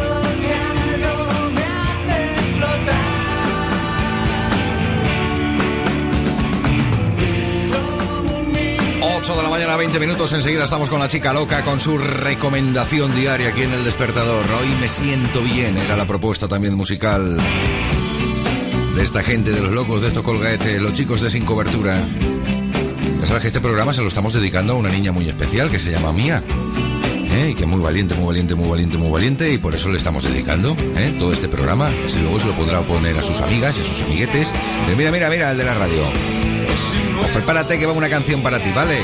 ocho de la mañana. mañana, veinte minutos. Enseguida estamos con la chica loca, con su recomendación diaria aquí en El Despertador. Hoy me siento bien, era la propuesta también musical de esta gente, de los locos, de estos colgaetes, los chicos de Sin Cobertura. Ya sabes que este programa se lo estamos dedicando a una niña muy especial que se llama Mía. ¿Eh? Y que es muy valiente, muy valiente, muy valiente, muy valiente, y por eso le estamos dedicando ¿eh? todo este programa. Así luego se lo podrá poner a sus amigas y a sus amiguetes. Pero mira, mira, mira, el de la radio. Pues prepárate que va una canción para ti, ¿vale?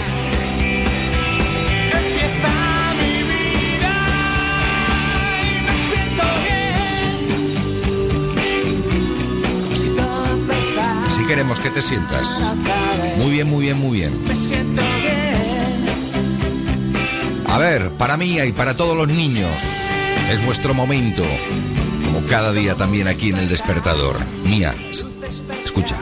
Así queremos que te sientas. Muy bien, muy bien, muy bien. A ver, para mí y para todos los niños, es vuestro momento, como cada día también aquí en El Despertador. Mía, escucha.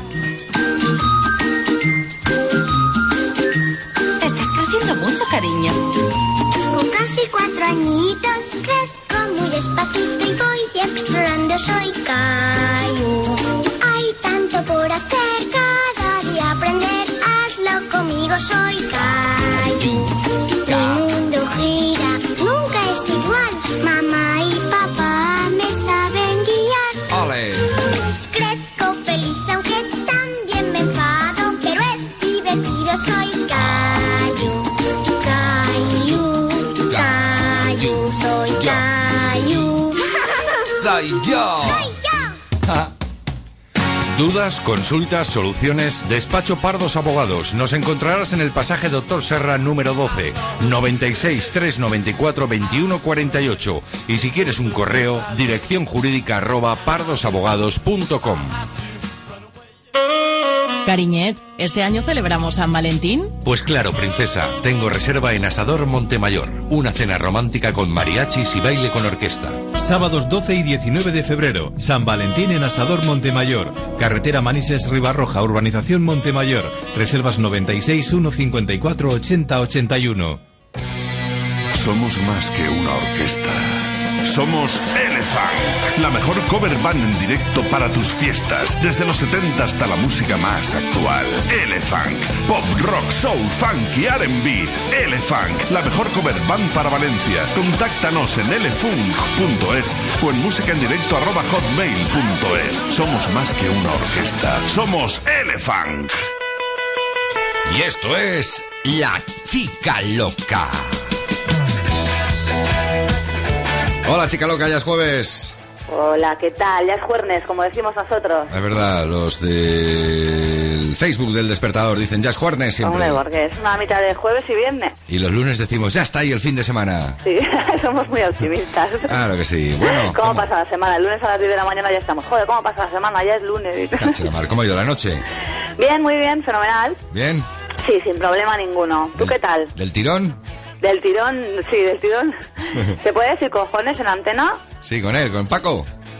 Estás creciendo mucho, cariño. Con casi cuatro añitos crezco muy despacito y voy explorando, soy Caillou. Hay tanto por hacer, cada día aprender, hazlo conmigo, soy Caillou. Mi mundo gira, nunca es igual, mamá y papá me saben guiar. ¡Ole! Crezco feliz aunque también me enfado, pero es divertido, soy Caillou. Caillou, Caillou, soy Caillou. ¡Soy yo! ¡Soy yo! Dudas, consultas, soluciones, Despacho Pardos Abogados. Nos encontrarás en el pasaje Doctor Serra número doce, noventa y seis, trescientos noventa y cuatro, veintiuno cuarenta y ocho. Y si quieres un correo, dirección jurídica arroba pardosabogados punto com. Cariñet, ¿este año celebramos San Valentín? Pues claro, princesa, tengo reserva en Asador Montemayor. Una cena romántica con mariachis y baile con orquesta. Sábados doce y diecinueve de febrero, San Valentín en Asador Montemayor. Carretera Manises Ribarroja, Urbanización Montemayor. Reservas noventa y seis, uno cincuenta y cuatro, ochenta, ochenta y uno. Somos más que una orquesta. Somos Elefunk, la mejor cover band en directo para tus fiestas, desde los setenta hasta la música más actual. Elefunk, pop, rock, soul, funk y R and B. Elefunk, la mejor cover band para Valencia. Contáctanos en elefunk punto es o en música en directo arroba hotmail punto es. Somos más que una orquesta, somos Elefunk. Y esto es La Chica Loca. Hola, chica loca, ya es jueves. Hola, ¿qué tal? Ya es jueves, como decimos nosotros. Es verdad, los del Facebook del Despertador dicen ya es jueves siempre. Hombre, porque es una mitad de jueves y viernes. Y los lunes decimos ya está ahí el fin de semana. Sí, somos muy optimistas. Claro que sí. Bueno, ¿Cómo, ¿cómo pasa la semana? El lunes a las diez de la mañana ya estamos. Joder, ¿cómo pasa la semana? Ya es lunes. Cache la mar, ¿cómo ha ido la noche? Bien, muy bien, fenomenal. ¿Bien? Sí, sin problema ninguno. ¿Tú ¿Del, qué tal? ¿Del tirón? Del tirón, sí, del tirón. ¿Se puede decir cojones en antena? Sí, con él, con Paco.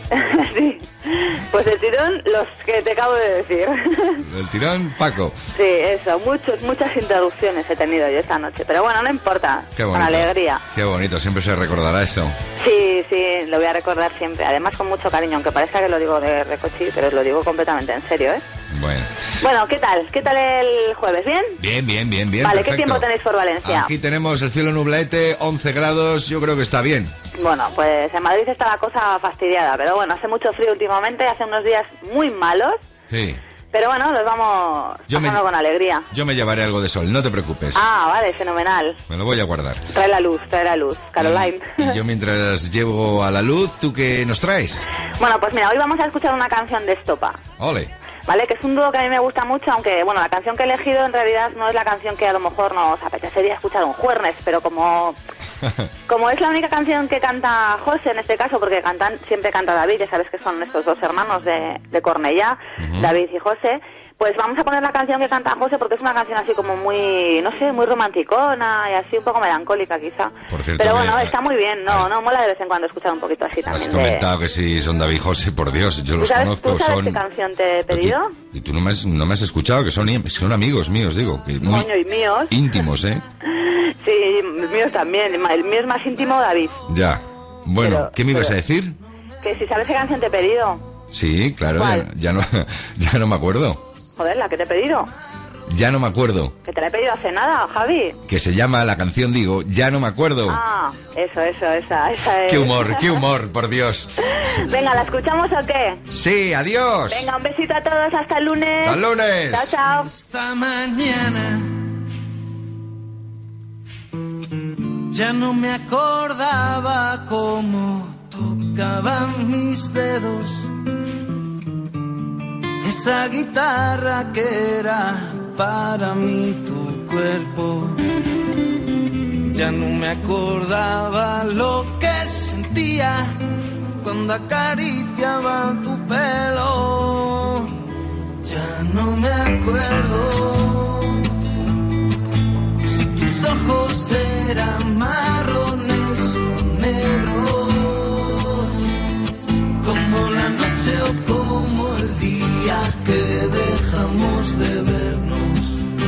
Sí. Pues del tirón, los que te acabo de decir. Del tirón, Paco. Sí, eso, muchos, muchas introducciones he tenido yo esta noche. Pero bueno, no importa. Qué bonito. Con alegría. Qué bonito, siempre se recordará eso. Sí, sí, lo voy a recordar siempre. Además con mucho cariño, aunque parezca que lo digo de recochi, pero lo digo completamente en serio, ¿eh? Bueno. Bueno, ¿qué tal? ¿Qué tal el jueves? ¿Bien? Bien, bien, bien, bien. Vale, perfecto. ¿qué tiempo tenéis por Valencia? Aquí tenemos el cielo nublaete, once grados, yo creo que está bien. Bueno, pues en Madrid está la cosa fastidiada, pero bueno, hace mucho frío últimamente, hace unos días muy malos, Sí. pero bueno, los vamos Yo me- pasando con alegría. Yo me llevaré algo de sol, no te preocupes. Ah, vale, fenomenal. Me lo voy a guardar. Trae la luz, trae la luz, Caroline. Y yo mientras llevo a la luz, ¿tú qué nos traes? Bueno, pues mira, hoy vamos a escuchar una canción de Estopa, Ole. ¿vale? Que es un dúo que a mí me gusta mucho, aunque, bueno, la canción que he elegido en realidad no es la canción que a lo mejor nos apetecería escuchar un jueves, pero como como es la única canción que canta José en este caso, porque cantan siempre canta David, ya sabes que son estos dos hermanos de, de Cornellá, Ujú. David y José, pues vamos a poner la canción que canta José porque es una canción así como muy, no sé, muy romanticona y así un poco melancólica quizá. Por cierto, Pero bueno, me- está muy bien, no, no mola de vez en cuando escuchar un poquito así Has también de... comentado que sí son David y José, por Dios, yo ¿Tú los sabes, conozco, ¿tú sabes son... qué canción te he pedido? Y tú no me has, no me has escuchado, que son, son amigos míos, digo, que muy Coño, y míos. íntimos, ¿eh? Sí, míos también. El mío es más íntimo, David. Ya. Bueno, Pero- ¿qué me ibas pero- a decir? Que si sabes qué canción te he pedido. Sí, claro, ya, ¿Cuál? ya no, ya no me acuerdo. Joder, la que te he pedido. Ya no me acuerdo. Que te la he pedido hace nada, Javi. Que se llama la canción, digo, Ya no me acuerdo. Ah, eso, eso, esa, esa es. Qué humor, qué humor, por Dios. Venga, ¿la escuchamos o qué? Sí, adiós. Venga, un besito a todos, hasta el lunes. Hasta el lunes. Chao, chao. Esta mañana ya no me acordaba cómo tocaban mis dedos esa guitarra que era para mí tu cuerpo. Ya no me acordaba lo que sentía cuando acariciaba tu pelo. Ya no me acuerdo si tus ojos eran marrones o negros, como la noche o como el día que dejamos de vernos.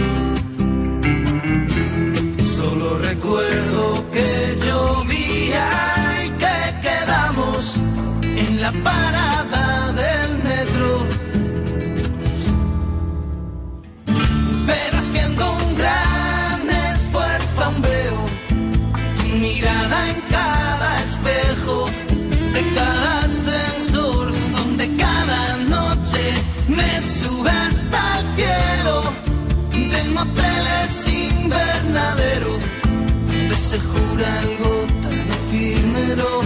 Solo recuerdo que llovía y que quedamos en la parada del metro, pero haciendo un gran esfuerzo aún veo tu mirada en cada espejo de cada ascensor, donde cada noche me sube hasta el cielo, de moteles invernadero, donde se jura algo tan efímero.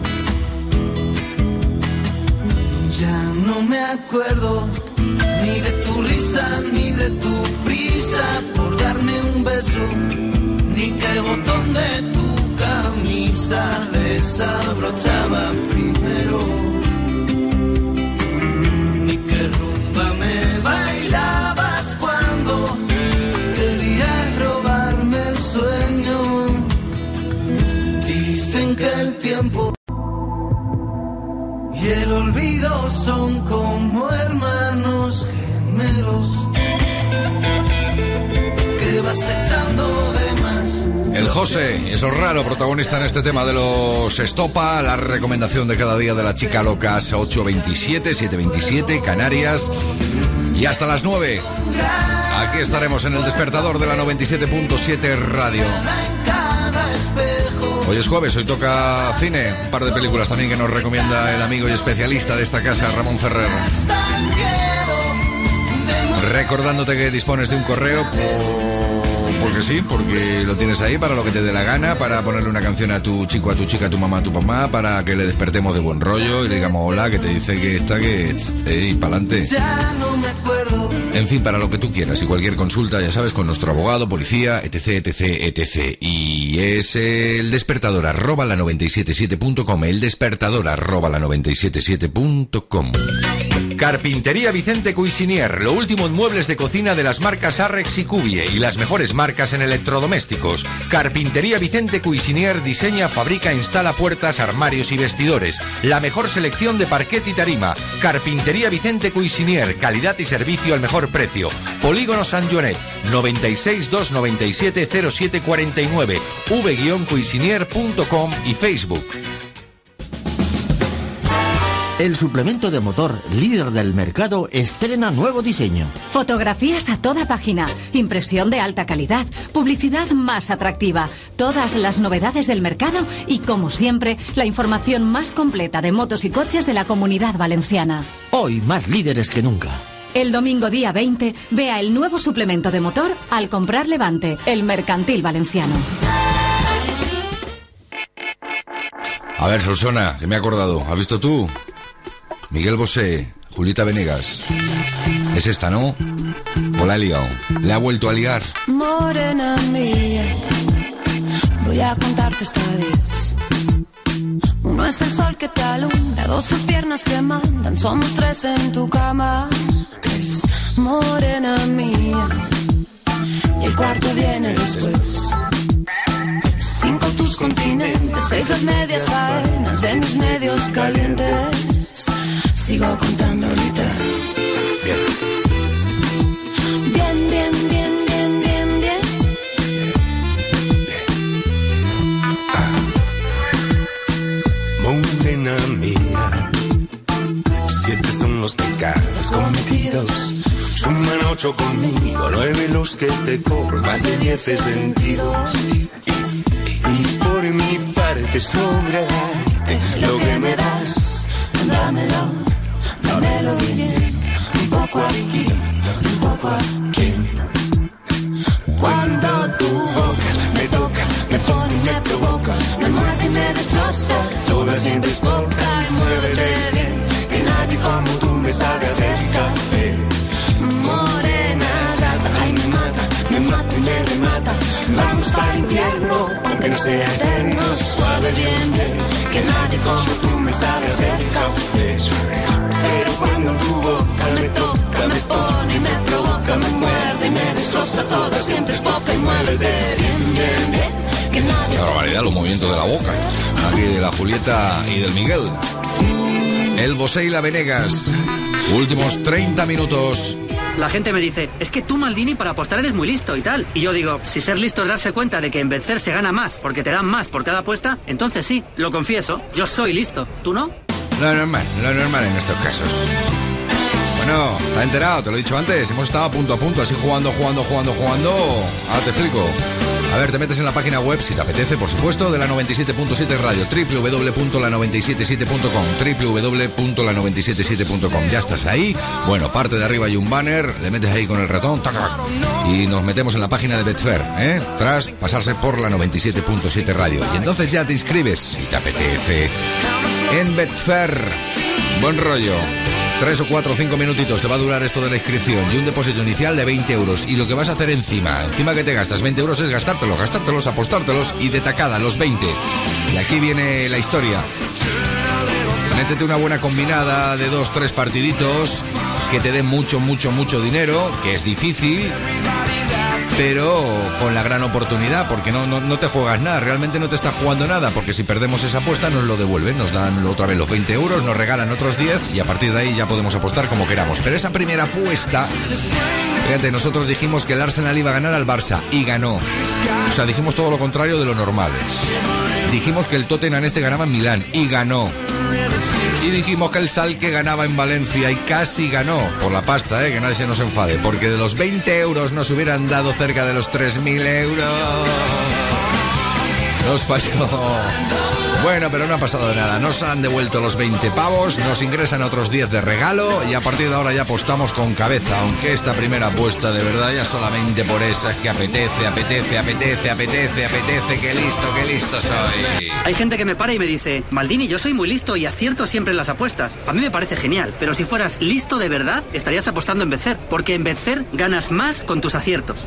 Ya no me acuerdo ni de tu risa, ni de tu prisa por darme un beso, ni qué botón de tu camisa desabrochaba primero, ni qué rumba me bailabas cuando querías robarme el sueño. Dicen que el tiempo y el olvido son como hermanos gemelos que vas echando de más. El José, eso es raro, protagonista en este tema de los Estopa, la recomendación de cada día de la chica locas, ocho veintisiete, siete veintisiete, Canarias, y hasta las nueve. Aquí estaremos en el despertador de la noventa y siete punto siete Radio. Hoy es jueves, hoy toca cine, un par de películas también que nos recomienda el amigo y especialista de esta casa, Ramón Ferrer. Recordándote que dispones de un correo por... porque sí, porque lo tienes ahí para lo que te dé la gana, para ponerle una canción a tu chico, a tu chica, a tu mamá, a tu mamá, para que le despertemos de buen rollo y le digamos hola, que te dice que está, que... ¡Ey, pa'lante! En fin, para lo que tú quieras y cualquier consulta, ya sabes, con nuestro abogado, policía, etc, etc, etc. Y es el despertador arroba la noventa y siete siete punto com, el despertador arroba la noventa y siete siete punto com. Carpintería Vicente Cuisinier, lo último en muebles de cocina de las marcas Arrex y Cubie y las mejores marcas en electrodomésticos. Carpintería Vicente Cuisinier diseña, fabrica e instala puertas, armarios y vestidores. La mejor selección de parquet y tarima. Carpintería Vicente Cuisinier, calidad y servicio al mejor precio. Polígono San Joanet, noventa y seis, doscientos noventa y siete, cero siete cuarenta y nueve, v guion cuisinier punto com y Facebook. El suplemento de motor líder del mercado estrena nuevo diseño. Fotografías a toda página, impresión de alta calidad, publicidad más atractiva, todas las novedades del mercado y, como siempre, la información más completa de motos y coches de la Comunidad Valenciana. Hoy más líderes que nunca. El domingo día veinte, vea el nuevo suplemento de motor al comprar Levante, el mercantil valenciano. A ver, Solsona, que me he acordado. ¿Has visto tú? Miguel Bosé, Julieta Venegas. Es esta, ¿no? O la he liado. Le ha vuelto a liar. Morena mía, voy a contarte esta vez. Uno es el sol que te alumbra, dos tus piernas que mandan. Somos tres en tu cama, tres, morena mía. Y el cuarto viene después. Cinco tus continentes, seis las medias faenas de mis medios calientes. Sigo contando ahorita. Bien. Bien, bien, bien, bien, bien, bien. Morena mía, siete son los pecados cometidos Suman ocho conmigo, nueve los que te cobro, más de diez he sentido. Y, y por mi parte sobra lo que me das, dámelo, dámelo bien. Un poco aquí, un poco aquí. Cuando tu boca me toca, me pone y me provoca, me muerde y me destroza, toda siempre es poca. Y muévete bien, que nadie como tú me sabe hacer café. Morena gata, ay me mata, me mata y me remata. Vamos para el infierno, aunque no sea eterno. Suave bien, bien, que nadie como tú me sabe hacer café. Pero cuando tu boca me toca, me pone y me provoca, me muerde y me destroza, todo siempre es poca. Y muévete bien, bien, bien, que nadie... Qué barbaridad, los movimientos de la boca. Aquí de la Julieta y del Miguel. El Bosé y la Venegas. Últimos treinta minutos. La gente me dice, es que tú, Maldini, para apostar eres muy listo y tal. Y yo digo, si ser listo es darse cuenta de que en vencer se gana más porque te dan más por cada apuesta, entonces sí, lo confieso, yo soy listo. ¿Tú no? Lo normal, lo normal en estos casos. Bueno, ¿estás enterado? Te lo he dicho antes, hemos estado punto a punto, así jugando, jugando, jugando, jugando. Ahora te explico. A ver, te metes en la página web, si te apetece, por supuesto, de la noventa y siete punto siete Radio, doble u doble u doble u punto la noventa y siete siete punto com, doble u doble u doble u punto la noventa y siete siete punto com. Ya estás ahí. Bueno, parte de arriba hay un banner, le metes ahí con el ratón, tac, tac, y nos metemos en la página de Betfair, ¿eh? Tras pasarse por la noventa y siete punto siete Radio. Y entonces ya te inscribes, si te apetece, en Betfair. Buen rollo. Tres o cuatro o cinco minutitos te va a durar esto de la inscripción y un depósito inicial de veinte euros. Y lo que vas a hacer encima, encima que te gastas veinte euros es gastártelos, gastártelos, apostártelos y de tacada los veinte. Y aquí viene la historia. Métete una buena combinada de dos, tres partiditos que te den mucho, mucho, mucho dinero, que es difícil, pero con la gran oportunidad, porque no, no, no te juegas nada, realmente no te estás jugando nada, porque si perdemos esa apuesta nos lo devuelven, nos dan otra vez los veinte euros, nos regalan otros diez y a partir de ahí ya podemos apostar como queramos. Pero esa primera apuesta, fíjate, nosotros dijimos que el Arsenal iba a ganar al Barça y ganó. O sea, dijimos todo lo contrario de lo normal. Dijimos que el Tottenham este ganaba en Milán y ganó. Y dijimos que el Schalke ganaba en Valencia y casi ganó, por la pasta, ¿eh? Que nadie se nos enfade, porque de los veinte euros nos hubieran dado cerca de los tres mil euros. Nos falló. Bueno, pero no ha pasado nada. Nos han devuelto los veinte pavos, nos ingresan otros diez de regalo y a partir de ahora ya apostamos con cabeza. Aunque esta primera apuesta de verdad ya solamente por esa es que apetece, apetece, apetece, apetece, apetece. ¡Qué listo, qué listo soy! Hay gente que me para y me dice, Maldini, yo soy muy listo y acierto siempre en las apuestas. A mí me parece genial, pero si fueras listo de verdad, estarías apostando en Betfair, porque en Betfair ganas más con tus aciertos.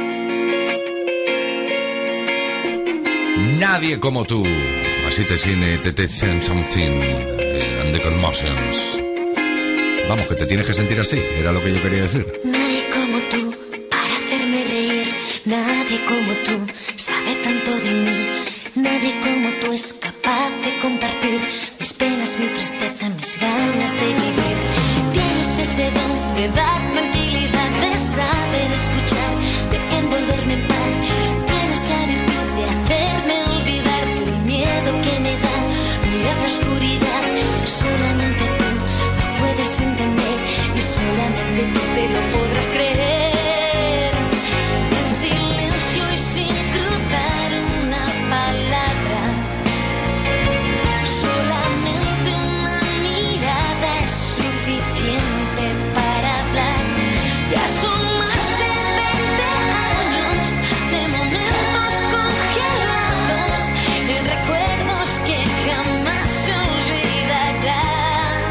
Nadie como tú. Así te tiene, te te something and the commotions. Vamos, que te tienes que sentir así, era lo que yo quería decir. Nadie como tú para hacerme reír. Nadie como tú sabe tanto de mí. Nadie como tú es capaz de compartir mis penas, mi tristeza, mis ganas de vivir. Tienes ese don de dar tranquilidad, de saber escuchar, de envolverme en paz. Tienes la virtud de hacerme olvidar el miedo que me da mirar la oscuridad. Solamente tú lo puedes entender y solamente tú te lo podrás creer. En silencio y sin cruzar una palabra, solamente una mirada es suficiente para hablar. Ya son más de veinte años de momentos congelados, en recuerdos que jamás se olvidarán.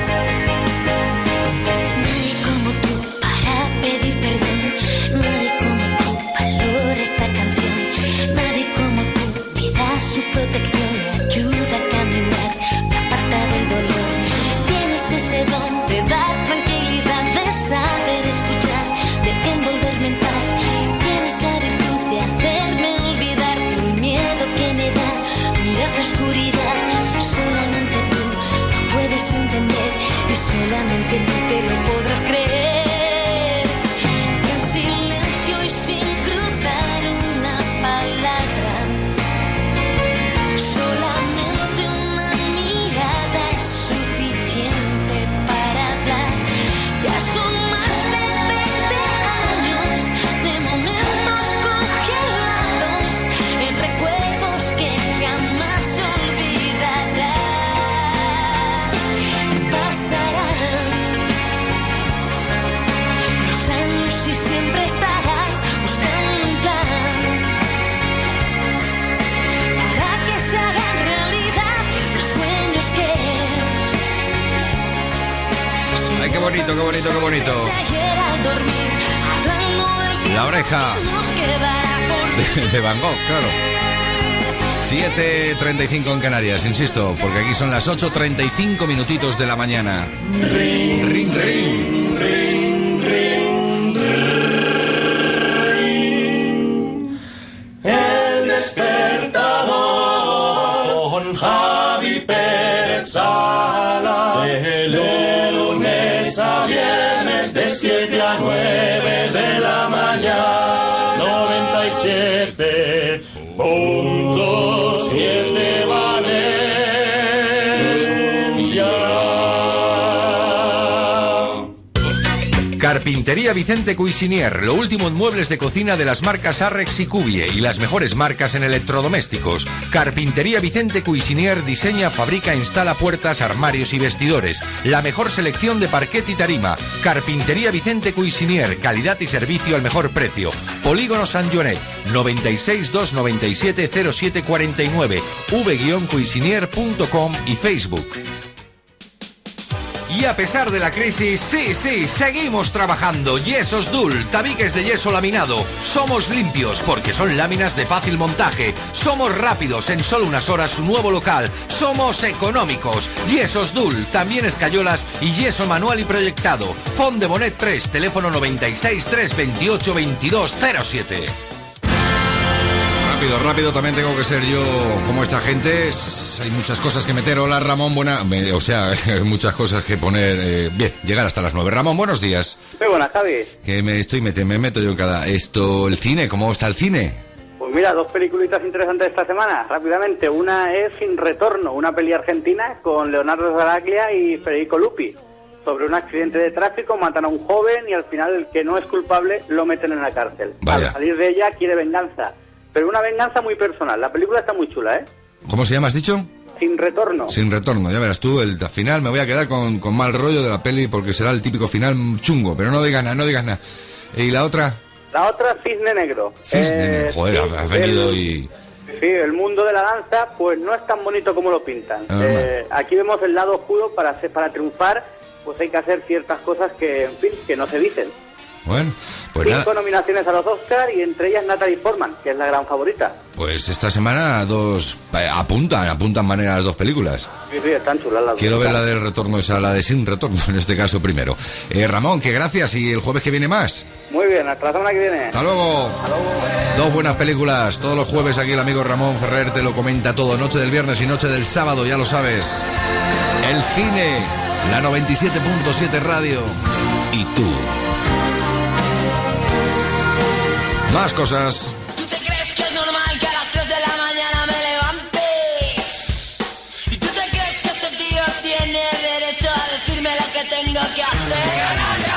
Nadie como tú para pedir perdón, nadie como tú valora esta canción, nadie como tú me da su protección, me ayuda a caminar, me aparta del dolor. Tienes ese don de dar tranquilidad, de saber escuchar, de envolverme en paz. Tienes la virtud de hacerme olvidar el miedo que me da mirar la oscuridad. Solamente tú lo puedes entender y solamente tú te lo podrás creer. En silencio y sin cruzar una palabra, solamente una mirada es suficiente para hablar. Ya son más de bonito, qué bonito, qué bonito. La oreja de, de Van Gogh, claro. siete treinta y cinco en Canarias, insisto, porque aquí son las ocho treinta y cinco minutitos de la mañana. Ring, ring, ring. Ring, ring, ring. El despertador con Javi Pérez Sala. De lunes a viernes de siete a nueve de la mañana. noventa y siete punto siete Valencia. Carpintería Vicente Cuisinier, lo último en muebles de cocina de las marcas Arrex y Cubie y las mejores marcas en electrodomésticos. Carpintería Vicente Cuisinier diseña, fabrica, instala puertas, armarios y vestidores. La mejor selección de parquet y tarima. Carpintería Vicente Cuisinier, calidad y servicio al mejor precio. Polígono San Joanet, noventa y seis, doscientos noventa y siete, cero siete cuarenta y nueve, v guion cuisinier punto com y Facebook. Y a pesar de la crisis, sí, sí, seguimos trabajando. Yesos Dul, tabiques de yeso laminado. Somos limpios porque son láminas de fácil montaje. Somos rápidos, en solo unas horas su nuevo local. Somos económicos. Yesos Dul, también escayolas y yeso manual y proyectado. Font de Bonet tres, teléfono noventa y seis, trescientos veintiocho, veintidós cero siete. Rápido, rápido, también tengo que ser yo como esta gente. Es, hay muchas cosas que meter. Hola, Ramón, buena... Me, o sea, hay muchas cosas que poner. Eh, bien, llegar hasta las nueve. Ramón, buenos días. Muy buenas, Javi. Que me estoy mete, me meto yo en cada... Esto, el cine, ¿cómo está el cine? Pues mira, dos peliculitas interesantes esta semana, rápidamente. Una es Sin Retorno, una peli argentina con Leonardo Sbaraglia y Federico Lupi. Sobre un accidente de tráfico, matan a un joven y al final el que no es culpable lo meten en la cárcel. Vaya. Al salir de ella quiere venganza. Pero una venganza muy personal. La película está muy chula, ¿eh? ¿Cómo se llama, has dicho? Sin Retorno. Sin Retorno, ya verás tú, el, al final me voy a quedar con, con mal rollo de la peli porque será el típico final chungo, pero no digas nada, no digas nada. ¿Y la otra? La otra, Cisne Negro. Cisne Eh, Negro, joder, sí, has venido el- y... Sí, el mundo de la danza pues no es tan bonito como lo pintan. Ah, Eh, aquí vemos el lado oscuro. Para hacer, para triunfar pues hay que hacer ciertas cosas que, en fin, que no se dicen. Bueno, pues nada, Cinco nominaciones a los Oscar y entre ellas Natalie Portman, que es la gran favorita. pues esta semana dos... eh, apuntan, apuntan manera las dos películas. Sí, sí, están chulas las dos. Quiero ver la del retorno, esa, la de Sin Retorno, en este caso primero. Eh, Ramón, que gracias, y el jueves que viene más. Muy bien, hasta la semana que viene. Hasta luego. Dos buenas películas, todos los jueves aquí el amigo Ramón Ferrer te lo comenta todo, noche del viernes y noche del sábado, ya lo sabes. El cine, la noventa y siete punto siete radio y tú. Más cosas. ¿Tú te crees que es normal que a las tres de la mañana me levante? ¿Y tú te crees que ese tío tiene derecho a decirme lo que tengo que hacer?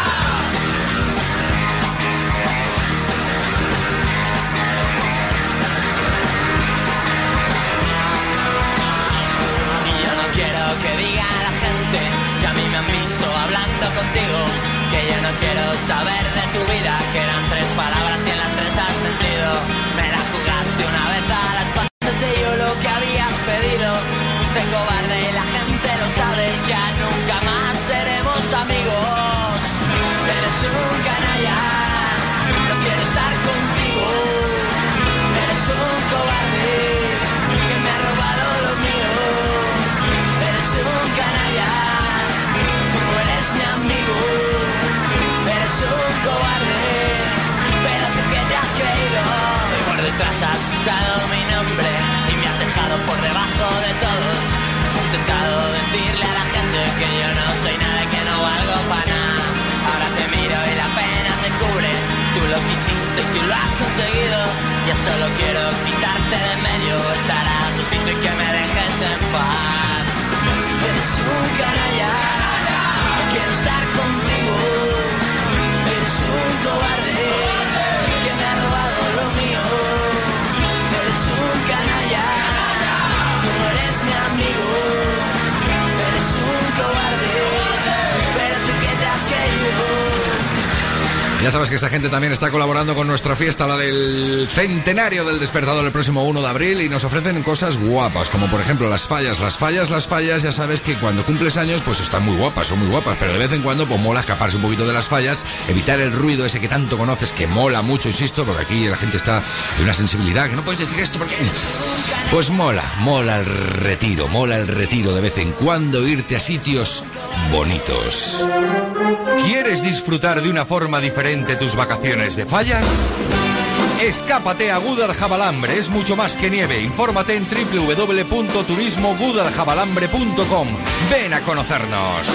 Y yo no quiero que diga la gente que a mí me han visto hablando contigo, que yo no quiero saber de tu vida, que eran tres palabras y en las tres has mentido. Me la jugaste una vez a la espalda, te dio lo que habías pedido. Fuiste cobarde y la gente lo sabe, ya nunca más seremos amigos. Eres un canalla, no quiero estar contigo. Eres un cobarde que me ha robado lo mío. Eres un canalla, no eres mi amigo. Eres un cobarde, pero tú que te has creído. Y por detrás has usado mi nombre y me has dejado por debajo de todos. Has intentado decirle a la gente que yo no soy nada, que no valgo para nada. Ahora te miro y la pena te cubre. Tú lo quisiste y tú lo has conseguido. Yo solo quiero quitarte de medio, estar a gustito y que me dejes en paz. Eres un canalla, no quiero estar contigo. Eres un cobarde que me ha robado lo mío. Eres un canalla, tú no eres mi amigo. Eres un cobarde, pero tú que te has creído. Ya sabes que esa gente también está colaborando con nuestra fiesta, la del centenario del despertador el próximo uno de abril, y nos ofrecen cosas guapas, como por ejemplo las fallas, las fallas, las fallas. Ya sabes que cuando cumples años pues están muy guapas, son muy guapas, pero de vez en cuando pues mola escaparse un poquito de las fallas, evitar el ruido ese que tanto conoces, que mola mucho, insisto, porque aquí la gente está de una sensibilidad que no puedes decir esto porque... Pues mola, mola el retiro, mola el retiro de vez en cuando, irte a sitios bonitos. ¿Quieres disfrutar de una forma diferente tus vacaciones de fallas? Escápate a Guadaljabalambre, es mucho más que nieve. Infórmate en doble u doble u doble u punto turismo guadaljabalambre punto com. Ven a conocernos.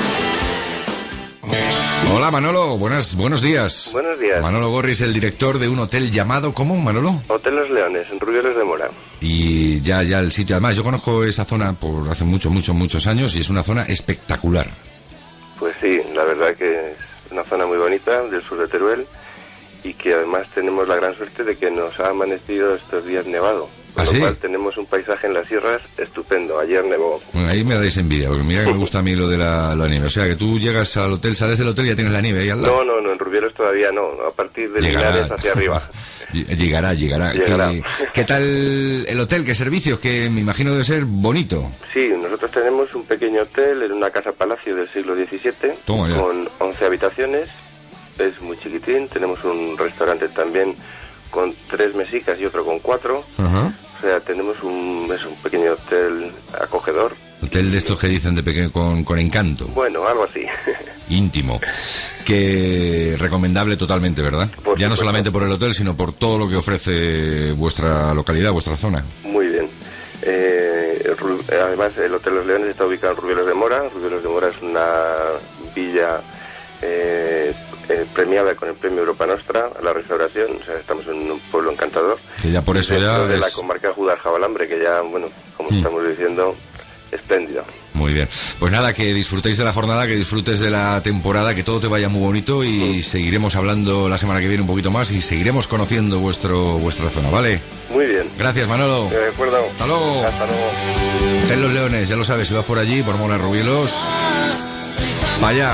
Hola Manolo, buenas, buenos días. Buenos días. Manolo Gorris, el director de un hotel llamado, ¿cómo, Manolo? Hotel Los Leones, en Rubielos de Mora. Y ya, ya el sitio, además yo conozco esa zona por hace muchos, muchos, muchos años y es una zona espectacular. Pues sí, la verdad que es una zona muy bonita del sur de Teruel y que además tenemos la gran suerte de que nos ha amanecido estos días nevado. Con ¿Ah, lo sí? cual tenemos un paisaje en las sierras estupendo. Ayer nevó. Bueno, ahí me dais envidia, porque mira que me gusta a mí lo de la, la nieve. O sea, que tú llegas al hotel, sales del hotel y ya tienes la nieve ahí al lado. No, no, no, en Rubielos todavía no. A partir de Llegará. Linares hacia arriba. Llegará, llegará. Llegará. ¿Qué, ¿Qué tal el hotel? ¿Qué servicios? Que me imagino debe ser bonito. Sí, nosotros tenemos un pequeño hotel en una casa palacio del siglo diecisiete. Toma ya. Con once habitaciones. Es muy chiquitín. Tenemos un restaurante también con tres mesicas y otro con cuatro. Ajá. O sea, tenemos un, es un pequeño hotel acogedor. Hotel de estos que dicen de pequeño con, con encanto. Bueno, algo así. Íntimo. Que recomendable totalmente, ¿verdad? Por ya no supuesto. solamente por el hotel, sino por todo lo que ofrece vuestra localidad, vuestra zona. Muy bien. Eh, Ru- además, el Hotel Los Leones está ubicado en Rubielos de Mora. Rubielos de Mora es una villa eh, eh, premiada con el premio Europa Nostra a la restauración. O sea, estamos en un pueblo encantador. Que ya por eso Dentro ya de la es... comarca Guadaljabalambre, que ya, bueno, como Mm. estamos diciendo, espléndido. Muy bien. Pues nada, que disfrutéis de la jornada, que disfrutes de la temporada, que todo te vaya muy bonito y seguiremos hablando la semana que viene un poquito más y seguiremos conociendo vuestro vuestra zona, ¿vale? Muy bien. Gracias, Manolo. De acuerdo. Hasta luego. Hasta luego. Hotel Los Leones, ya lo sabes, si vas por allí, por Mora Rubielos, vaya.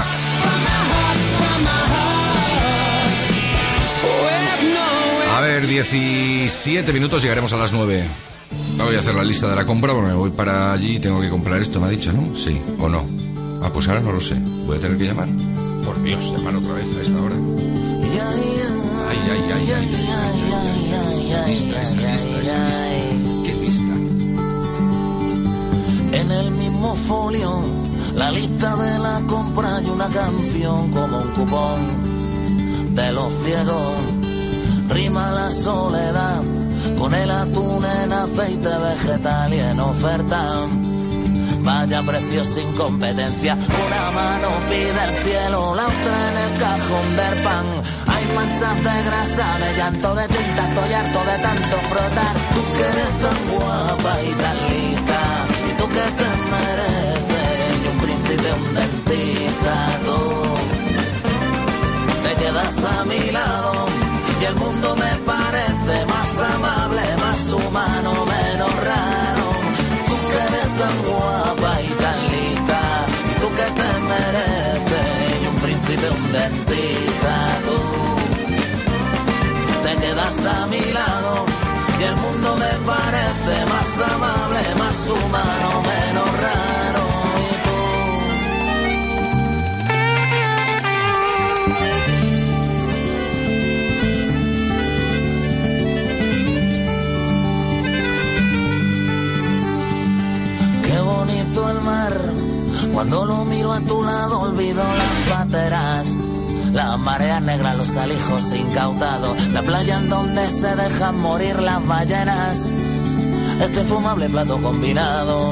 A ver, diecisiete minutos, llegaremos a las nueve. Voy a hacer la lista de la compra, porque me voy para allí y tengo que comprar esto, me ha dicho, ¿no? Sí, o no. Ah, pues ahora no lo sé. Voy a tener que llamar. Por Dios, llamar otra vez a esta hora. Ay, ay, ay, ay, ay, ay, ay. Lista, esa lista, esa lista. Qué lista. En el mismo folio, la lista de la compra y una canción como un cupón de los ciegos. Rima la soledad con el atún en aceite vegetal y en oferta. Vaya precio sin competencia. Una mano pide el cielo, la otra en el cajón del pan. Hay manchas de grasa, de llanto, de tinta. Estoy harto de tanto frotar. Tú que eres tan guapa y tan lista, y tú que te mereces, y un príncipe, un dentista. Tú te quedas a mi lado y el mundo me parece más amable, más humano, menos raro. Tú que eres tan guapa y tan lista, y tú que te mereces, y un príncipe, un dentista. Tú te quedas a mi lado y el mundo me parece más amable, más humano, menos raro. El mar, cuando lo miro a tu lado olvido las pateras, las mareas negras, los alijos incautados, la playa en donde se dejan morir las ballenas, este fumable plato combinado.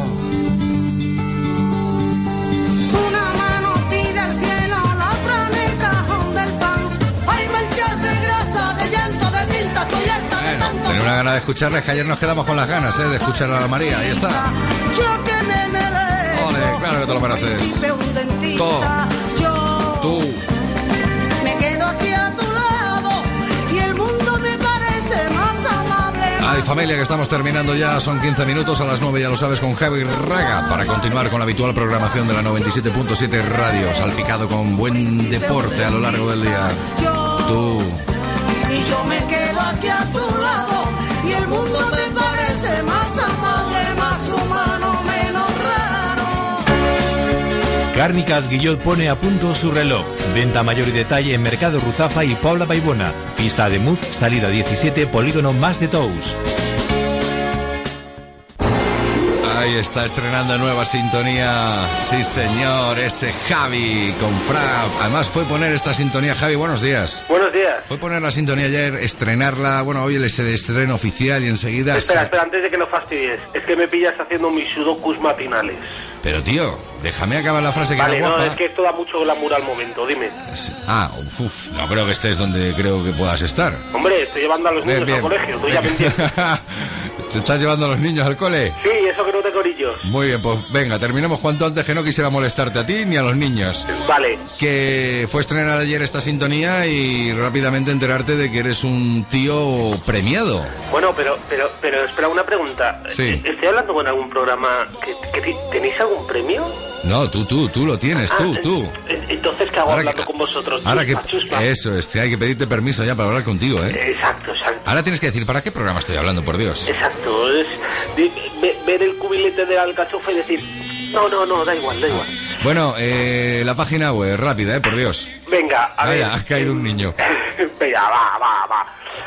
Una mano pide al cielo, la otra en el cajón del pan. Hay manchas de grasa, de llanto, de tinta, estoy harta de tanto. Tenía una gana de escucharles, que ayer nos quedamos con las ganas, ¿eh? De escuchar a la María, ahí está. Yo que me merezco. Ole, claro que te lo mereces. Príncipe, un dentista. Todo. Yo Tú. me quedo aquí a tu lado y el mundo me parece más amable. Ay, familia, que estamos terminando ya, son quince minutos a las nueve, ya lo sabes, con Javi Raga, para continuar con la habitual programación de la noventa y siete punto siete Radio, salpicado con buen deporte a lo largo del día. Yo tú. Y yo me quedo aquí a tu lado y el mundo me parece más amable, más humano, menos raro. Cárnicas Guillot pone a punto su reloj. Venta mayor y detalle en Mercado Ruzafa y Paula Baibona. Pista de Muz, salida diecisiete, polígono más de Tous. Ahí está estrenando nueva sintonía. Sí, señor, ese Javi con Fraf. Además fue poner esta sintonía, Javi, buenos días. Buenos días. Fue poner la sintonía ayer, estrenarla. Bueno, hoy es el estreno oficial y enseguida... Espera, espera, antes de que lo fastidies. Es que me pillas haciendo mis sudokus matinales. Pero tío, déjame acabar la frase que Vale, era no, guapa. es que esto da mucho glamour al momento, dime. Ah, uf, no creo que estés donde creo que puedas estar. Hombre, estoy llevando a los Bien, niños bien. al colegio, tú ya me entiendes. ¿Te estás llevando a los niños al cole? Sí, eso que no te corillos. Muy bien, pues venga, terminemos cuanto antes, que no quisiera molestarte a ti ni a los niños. Vale. Que fue estrenar ayer esta sintonía y rápidamente enterarte de que eres un tío premiado. Bueno, pero, pero, pero espera, una pregunta. Sí. ¿Estoy hablando con algún programa que, que ti- tenéis algún premio? No, tú, tú, tú lo tienes, tú, Ah, tú. eh, Entonces, ¿qué hago Ahora hablando que- con vosotros? Ahora que... Chuspa, chuspa. Eso es, que hay que pedirte permiso ya para hablar contigo, ¿eh? Exacto, exacto. Ahora tienes que decir, ¿para qué programa estoy hablando, por Dios? Exacto, es de- ve- ver el cubilete de la alcachofa y decir, no, no, no, da igual, da igual. Bueno, eh, la página web, rápida, ¿eh? Por Dios. Venga, a Vaya, ver. ha caído un niño. Venga, va, va, va.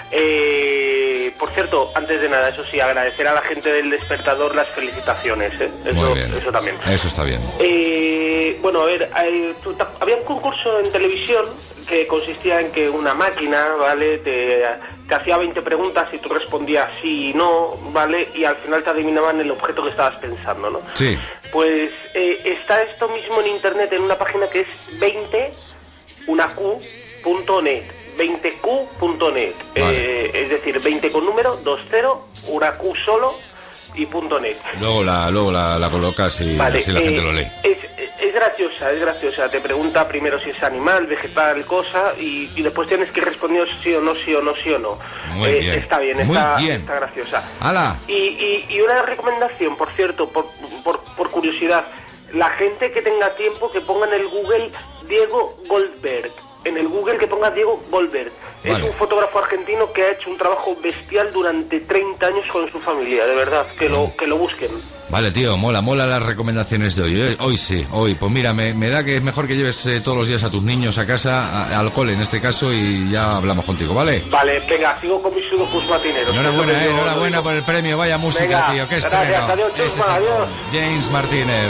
Eh, por cierto, antes de nada, eso sí, agradecer a la gente del Despertador las felicitaciones, ¿eh? Eso, Muy bien. eso también. Eso está bien. Eh, bueno, a ver, eh, tú ta- había un concurso en televisión que consistía en que una máquina, ¿vale? Te, te hacía veinte preguntas y tú respondías sí y no, ¿vale? Y al final te adivinaban el objeto que estabas pensando, ¿no? Sí. Pues eh, está esto mismo en internet en una página que es veinte una q punto net. veinte q punto net. Eh, es decir, veinte con número, dos cero, una Q solo y punto net. Luego la, luego la, la colocas y Vale, así la eh, gente lo lee. Es, es graciosa, es graciosa. Te pregunta primero si es animal, vegetal, cosa, y, y después tienes que responder sí o no, sí o no, sí o no. Muy Eh, bien. Está bien, Muy está, bien. está graciosa. ¡Hala! Y, y, y una recomendación, por cierto, por, por, por curiosidad, la gente que tenga tiempo que ponga en el Google Diego Goldberg. En el Google que ponga Diego Goldberg. Vale. Es un fotógrafo argentino que ha hecho un trabajo bestial durante treinta años con su familia, de verdad, que lo, que lo busquen. Vale, tío, mola, mola las recomendaciones de hoy. Hoy, hoy sí, hoy. Pues mira, me, me da que es mejor que lleves eh, todos los días a tus niños a casa, a- al cole en este caso, y ya hablamos contigo, ¿vale? Vale, venga, sigo con mis sudokus matineros. Enhorabuena, Eso que eh, yo- enhorabuena por el premio, vaya música, Venga, tío, qué gracias, estreno. adiós, Ese Chusma, es el- adiós. James Martínez.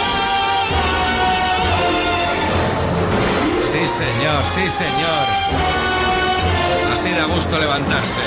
Sí, señor, sí, señor. Así da gusto levantarse.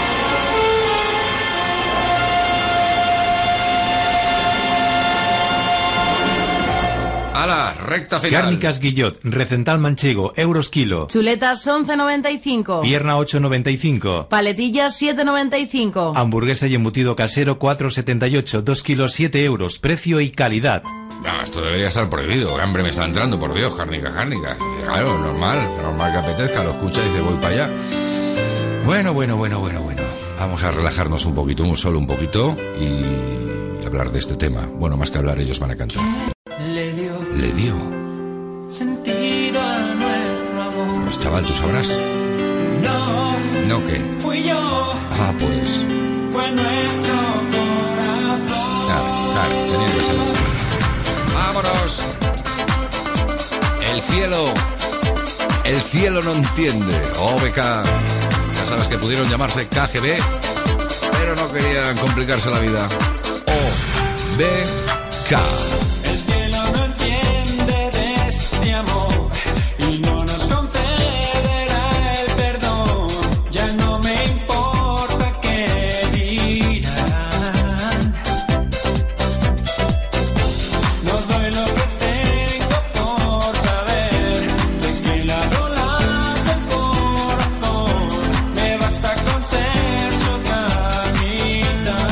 ¡Hala! Recta final. Cárnicas Guillot, Recental Manchego, euros kilo. Chuletas once noventa y cinco. Pierna ocho noventa y cinco. Paletillas siete noventa y cinco. Hamburguesa y embutido casero cuatro setenta y ocho, dos kilos siete euros, precio y calidad. No, esto debería estar prohibido. ¡Qué hambre me está entrando, por Dios! Cárnica, cárnica. Claro, normal, normal que apetezca. Lo escucha y dice, voy para allá. Bueno, bueno, bueno, bueno, bueno. Vamos a relajarnos un poquito, un solo un poquito, y hablar de este tema. Bueno, más que hablar, ellos van a cantar. Le dio Le dio. sentido a nuestro amor. Pues chaval, tú sabrás. No, ¿No qué? fui yo, Ah, pues... fue nuestro corazón. Claro, claro, tenías que ser. ¡Vámonos! El cielo... El cielo no entiende. O B K. Ya sabes que pudieron llamarse K G B, pero no querían complicarse la vida. O B K. El cielo no entiende de este amor y no nos concederá el perdón. Ya no me importa qué dirán. No doy lo que tengo por saber de qué lado late el corazón. Me basta con ser su otra mitad.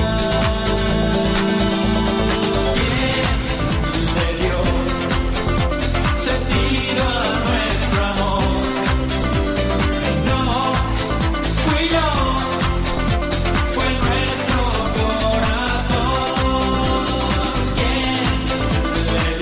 Le dio sentido a nuestro amor. No fui yo, fue nuestro corazón. Quien le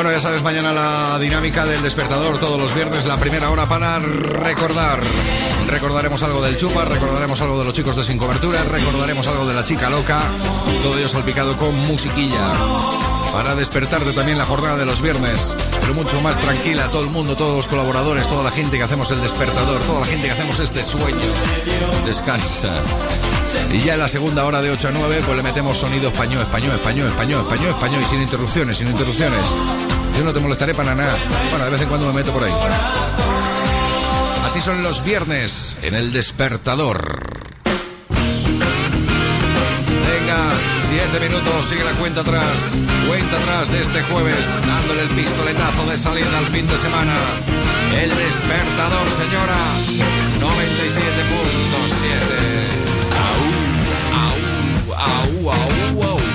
Bueno, ya sabes, mañana la dinámica del despertador, todos los viernes, la primera hora para recordar. Recordaremos algo del Chupa, recordaremos algo de los chicos de Sin Cobertura, recordaremos algo de la chica loca, todo ello salpicado con musiquilla. Para despertarte también la jornada de los viernes, pero mucho más tranquila, todo el mundo, todos los colaboradores, toda la gente que hacemos el despertador, toda la gente que hacemos este sueño. Descansa. Y ya en la segunda hora de ocho a nueve, pues le metemos sonido español, español, español, español, español, español y sin interrupciones, sin interrupciones. Yo no te molestaré para nada. Bueno, de vez en cuando me meto por ahí. Así son los viernes en el despertador. Venga, siete minutos, sigue la cuenta atrás. Cuenta atrás de este jueves, dándole el pistoletazo de salida al fin de semana. El despertador, señora. noventa y siete punto siete. Au, au, au, au, au.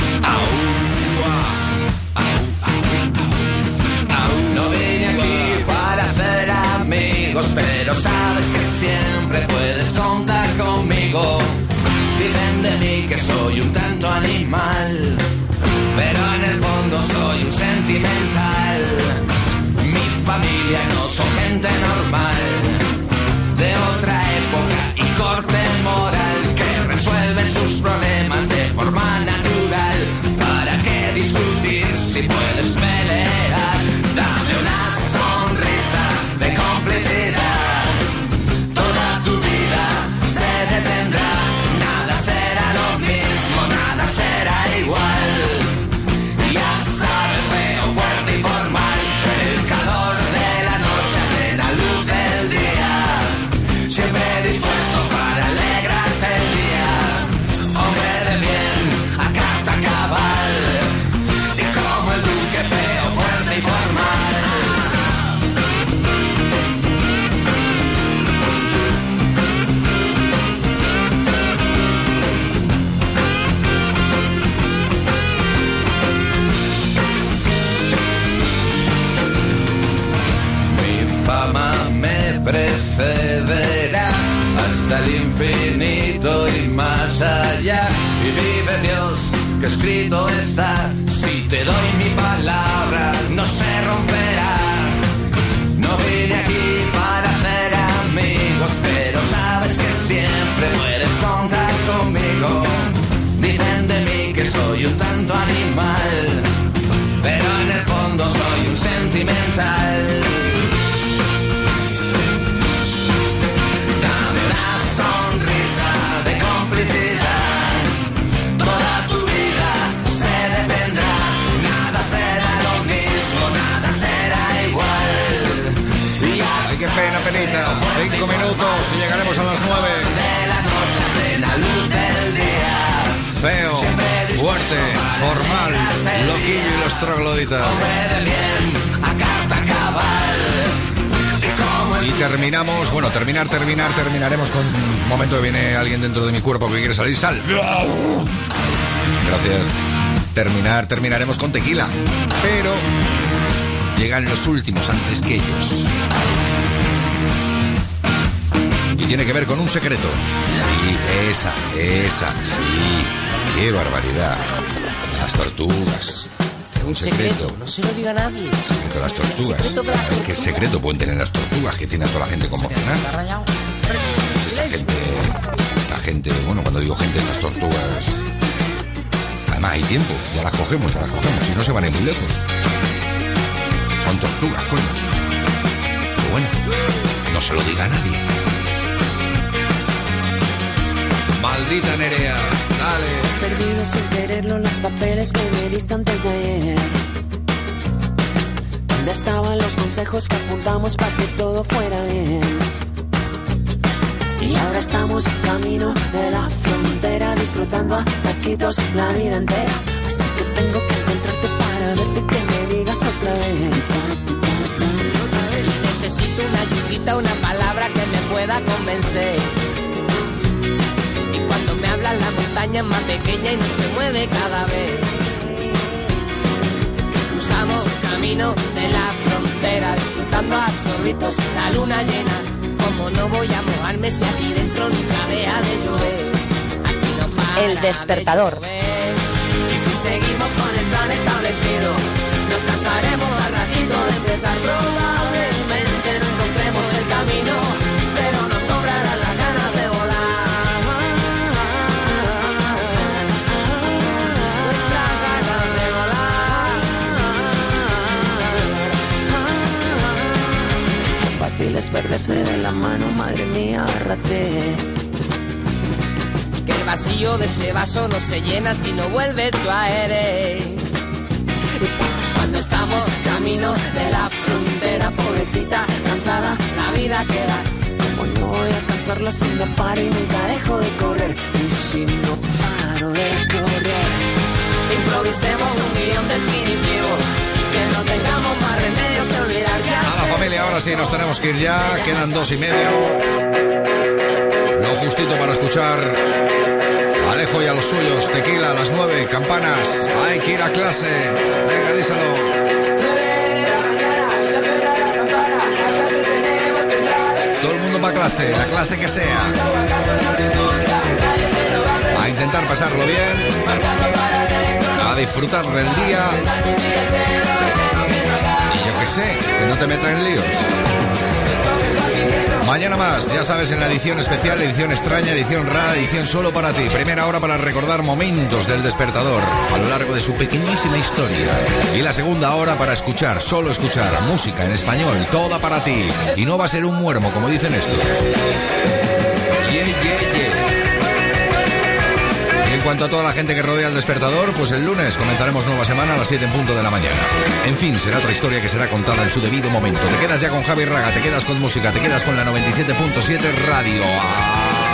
No vine aquí para hacer amigos, pero sabes que siempre puedes contar conmigo. Dicen de mí que soy un tanto animal, pero en el fondo soy un sentimental. Mi familia no son gente normal, de otra época y corte moral, que resuelven sus problemas de forma natural. ¿Para qué discutir si puedes pelear? Dame una sonrisa de complicidad. Toda tu vida se detendrá. Nada será lo mismo, nada será igual. Ya sabes, feo, fuerte y formal. El calor de la noche, plena luz del día. Siempre dispuesto para alegrarte el día. Hombre de bien, a carta cabal. Y como el duque, feo, fuerte y formal. Mi fama me precederá hasta el infinito y más allá. Y vive Dios, que escrito está, si te doy mi palabra no se romperá. No vine aquí para hacer amigos, pero sabes que siempre puedes contar conmigo. Dicen de mí que soy un tanto animal, pero en el fondo soy un sentimental. Dame una sonrisa de complicidad. Toda tu vida se detendrá. Nada será lo mismo, nada será igual. Ay, qué pena, penita. Cinco minutos y llegaremos a las nueve. De la noche a plena luz del día. Feo, fuerte, formal, loquillo y los trogloditas. Hombre de bien, a carta cabal. Y terminamos, bueno, terminar, terminar, terminaremos con un momento que viene alguien dentro de mi cuerpo que quiere salir. ¡Sal! Gracias. Terminar, terminaremos con tequila. Pero llegan los últimos antes que ellos. Y tiene que ver con un secreto. Sí, esa, esa, sí. ¡Qué barbaridad! Las tortugas. Un secreto. No se lo diga a nadie. Secreto de las tortugas. A ver, ¿qué secreto pueden tener las tortugas que tiene a toda la gente conmocionada? Pues esta gente, esta gente, bueno, cuando digo gente, estas tortugas. Además hay tiempo, ya las cogemos, ya las cogemos, y no se van a ir muy lejos. Son tortugas, coño. Pero bueno, no se lo diga a nadie. Maldita Nerea, dale. Perdido sin quererlo los papeles que me diste antes de ayer. ¿Dónde estaban los consejos que apuntamos para que todo fuera bien? Y ahora estamos camino de la frontera, disfrutando a taquitos la vida entera. Así que tengo que encontrarte para verte y que me digas otra vez. Necesito una ayudita, una palabra que me pueda convencer. Y cuando me hablas la montaña es más pequeña y no se mueve cada vez. Cruzamos camino de la frontera, disfrutando a sorbitos la luna llena. Como no voy a mojarme si aquí dentro nunca deja de llover. Aquí no para El despertador. de llover. Y si seguimos con el plan establecido, Nos cansaremos al ratito de empezar, probablemente no encontremos el camino, pero nos sobrarán las ganas de volar. Nuestras ganas de volar. Fácil es perderse de la mano, madre mía, agárrate. Que el vacío de ese vaso no se llena si no vuelve tu aire. Cuando estamos camino de la frontera, pobrecita, cansada, la vida queda. Como no voy a cansarla si no paro y nunca dejo de correr. Y si no paro de correr, improvisemos un guión definitivo, que no tengamos más remedio que olvidar que A la familia, ahora sí, nos tenemos que ir ya. Quedan dos y medio. Lo justito para escuchar Alejo y a los suyos. Tequila a las nueve, campanas. Hay que ir a clase. Venga, díselo. Todo el mundo va a clase, la clase que sea. A intentar pasarlo bien. A disfrutar del día. Y yo qué sé, que no te metas en líos. Mañana más, ya sabes, en la edición especial, edición extraña, edición rara, edición solo para ti. Primera hora para recordar momentos del despertador a lo largo de su pequeñísima historia. Y la segunda hora para escuchar, solo escuchar música en español, toda para ti. Y no va a ser un muermo, como dicen estos. Yeah, yeah, yeah. Y en cuanto a toda la gente que rodea el despertador, pues el lunes comenzaremos nueva semana a las siete en punto de la mañana. En fin, será otra historia que será contada en su debido momento. Te quedas ya con Javi Raga, te quedas con música, te quedas con la noventa y siete punto siete Radio.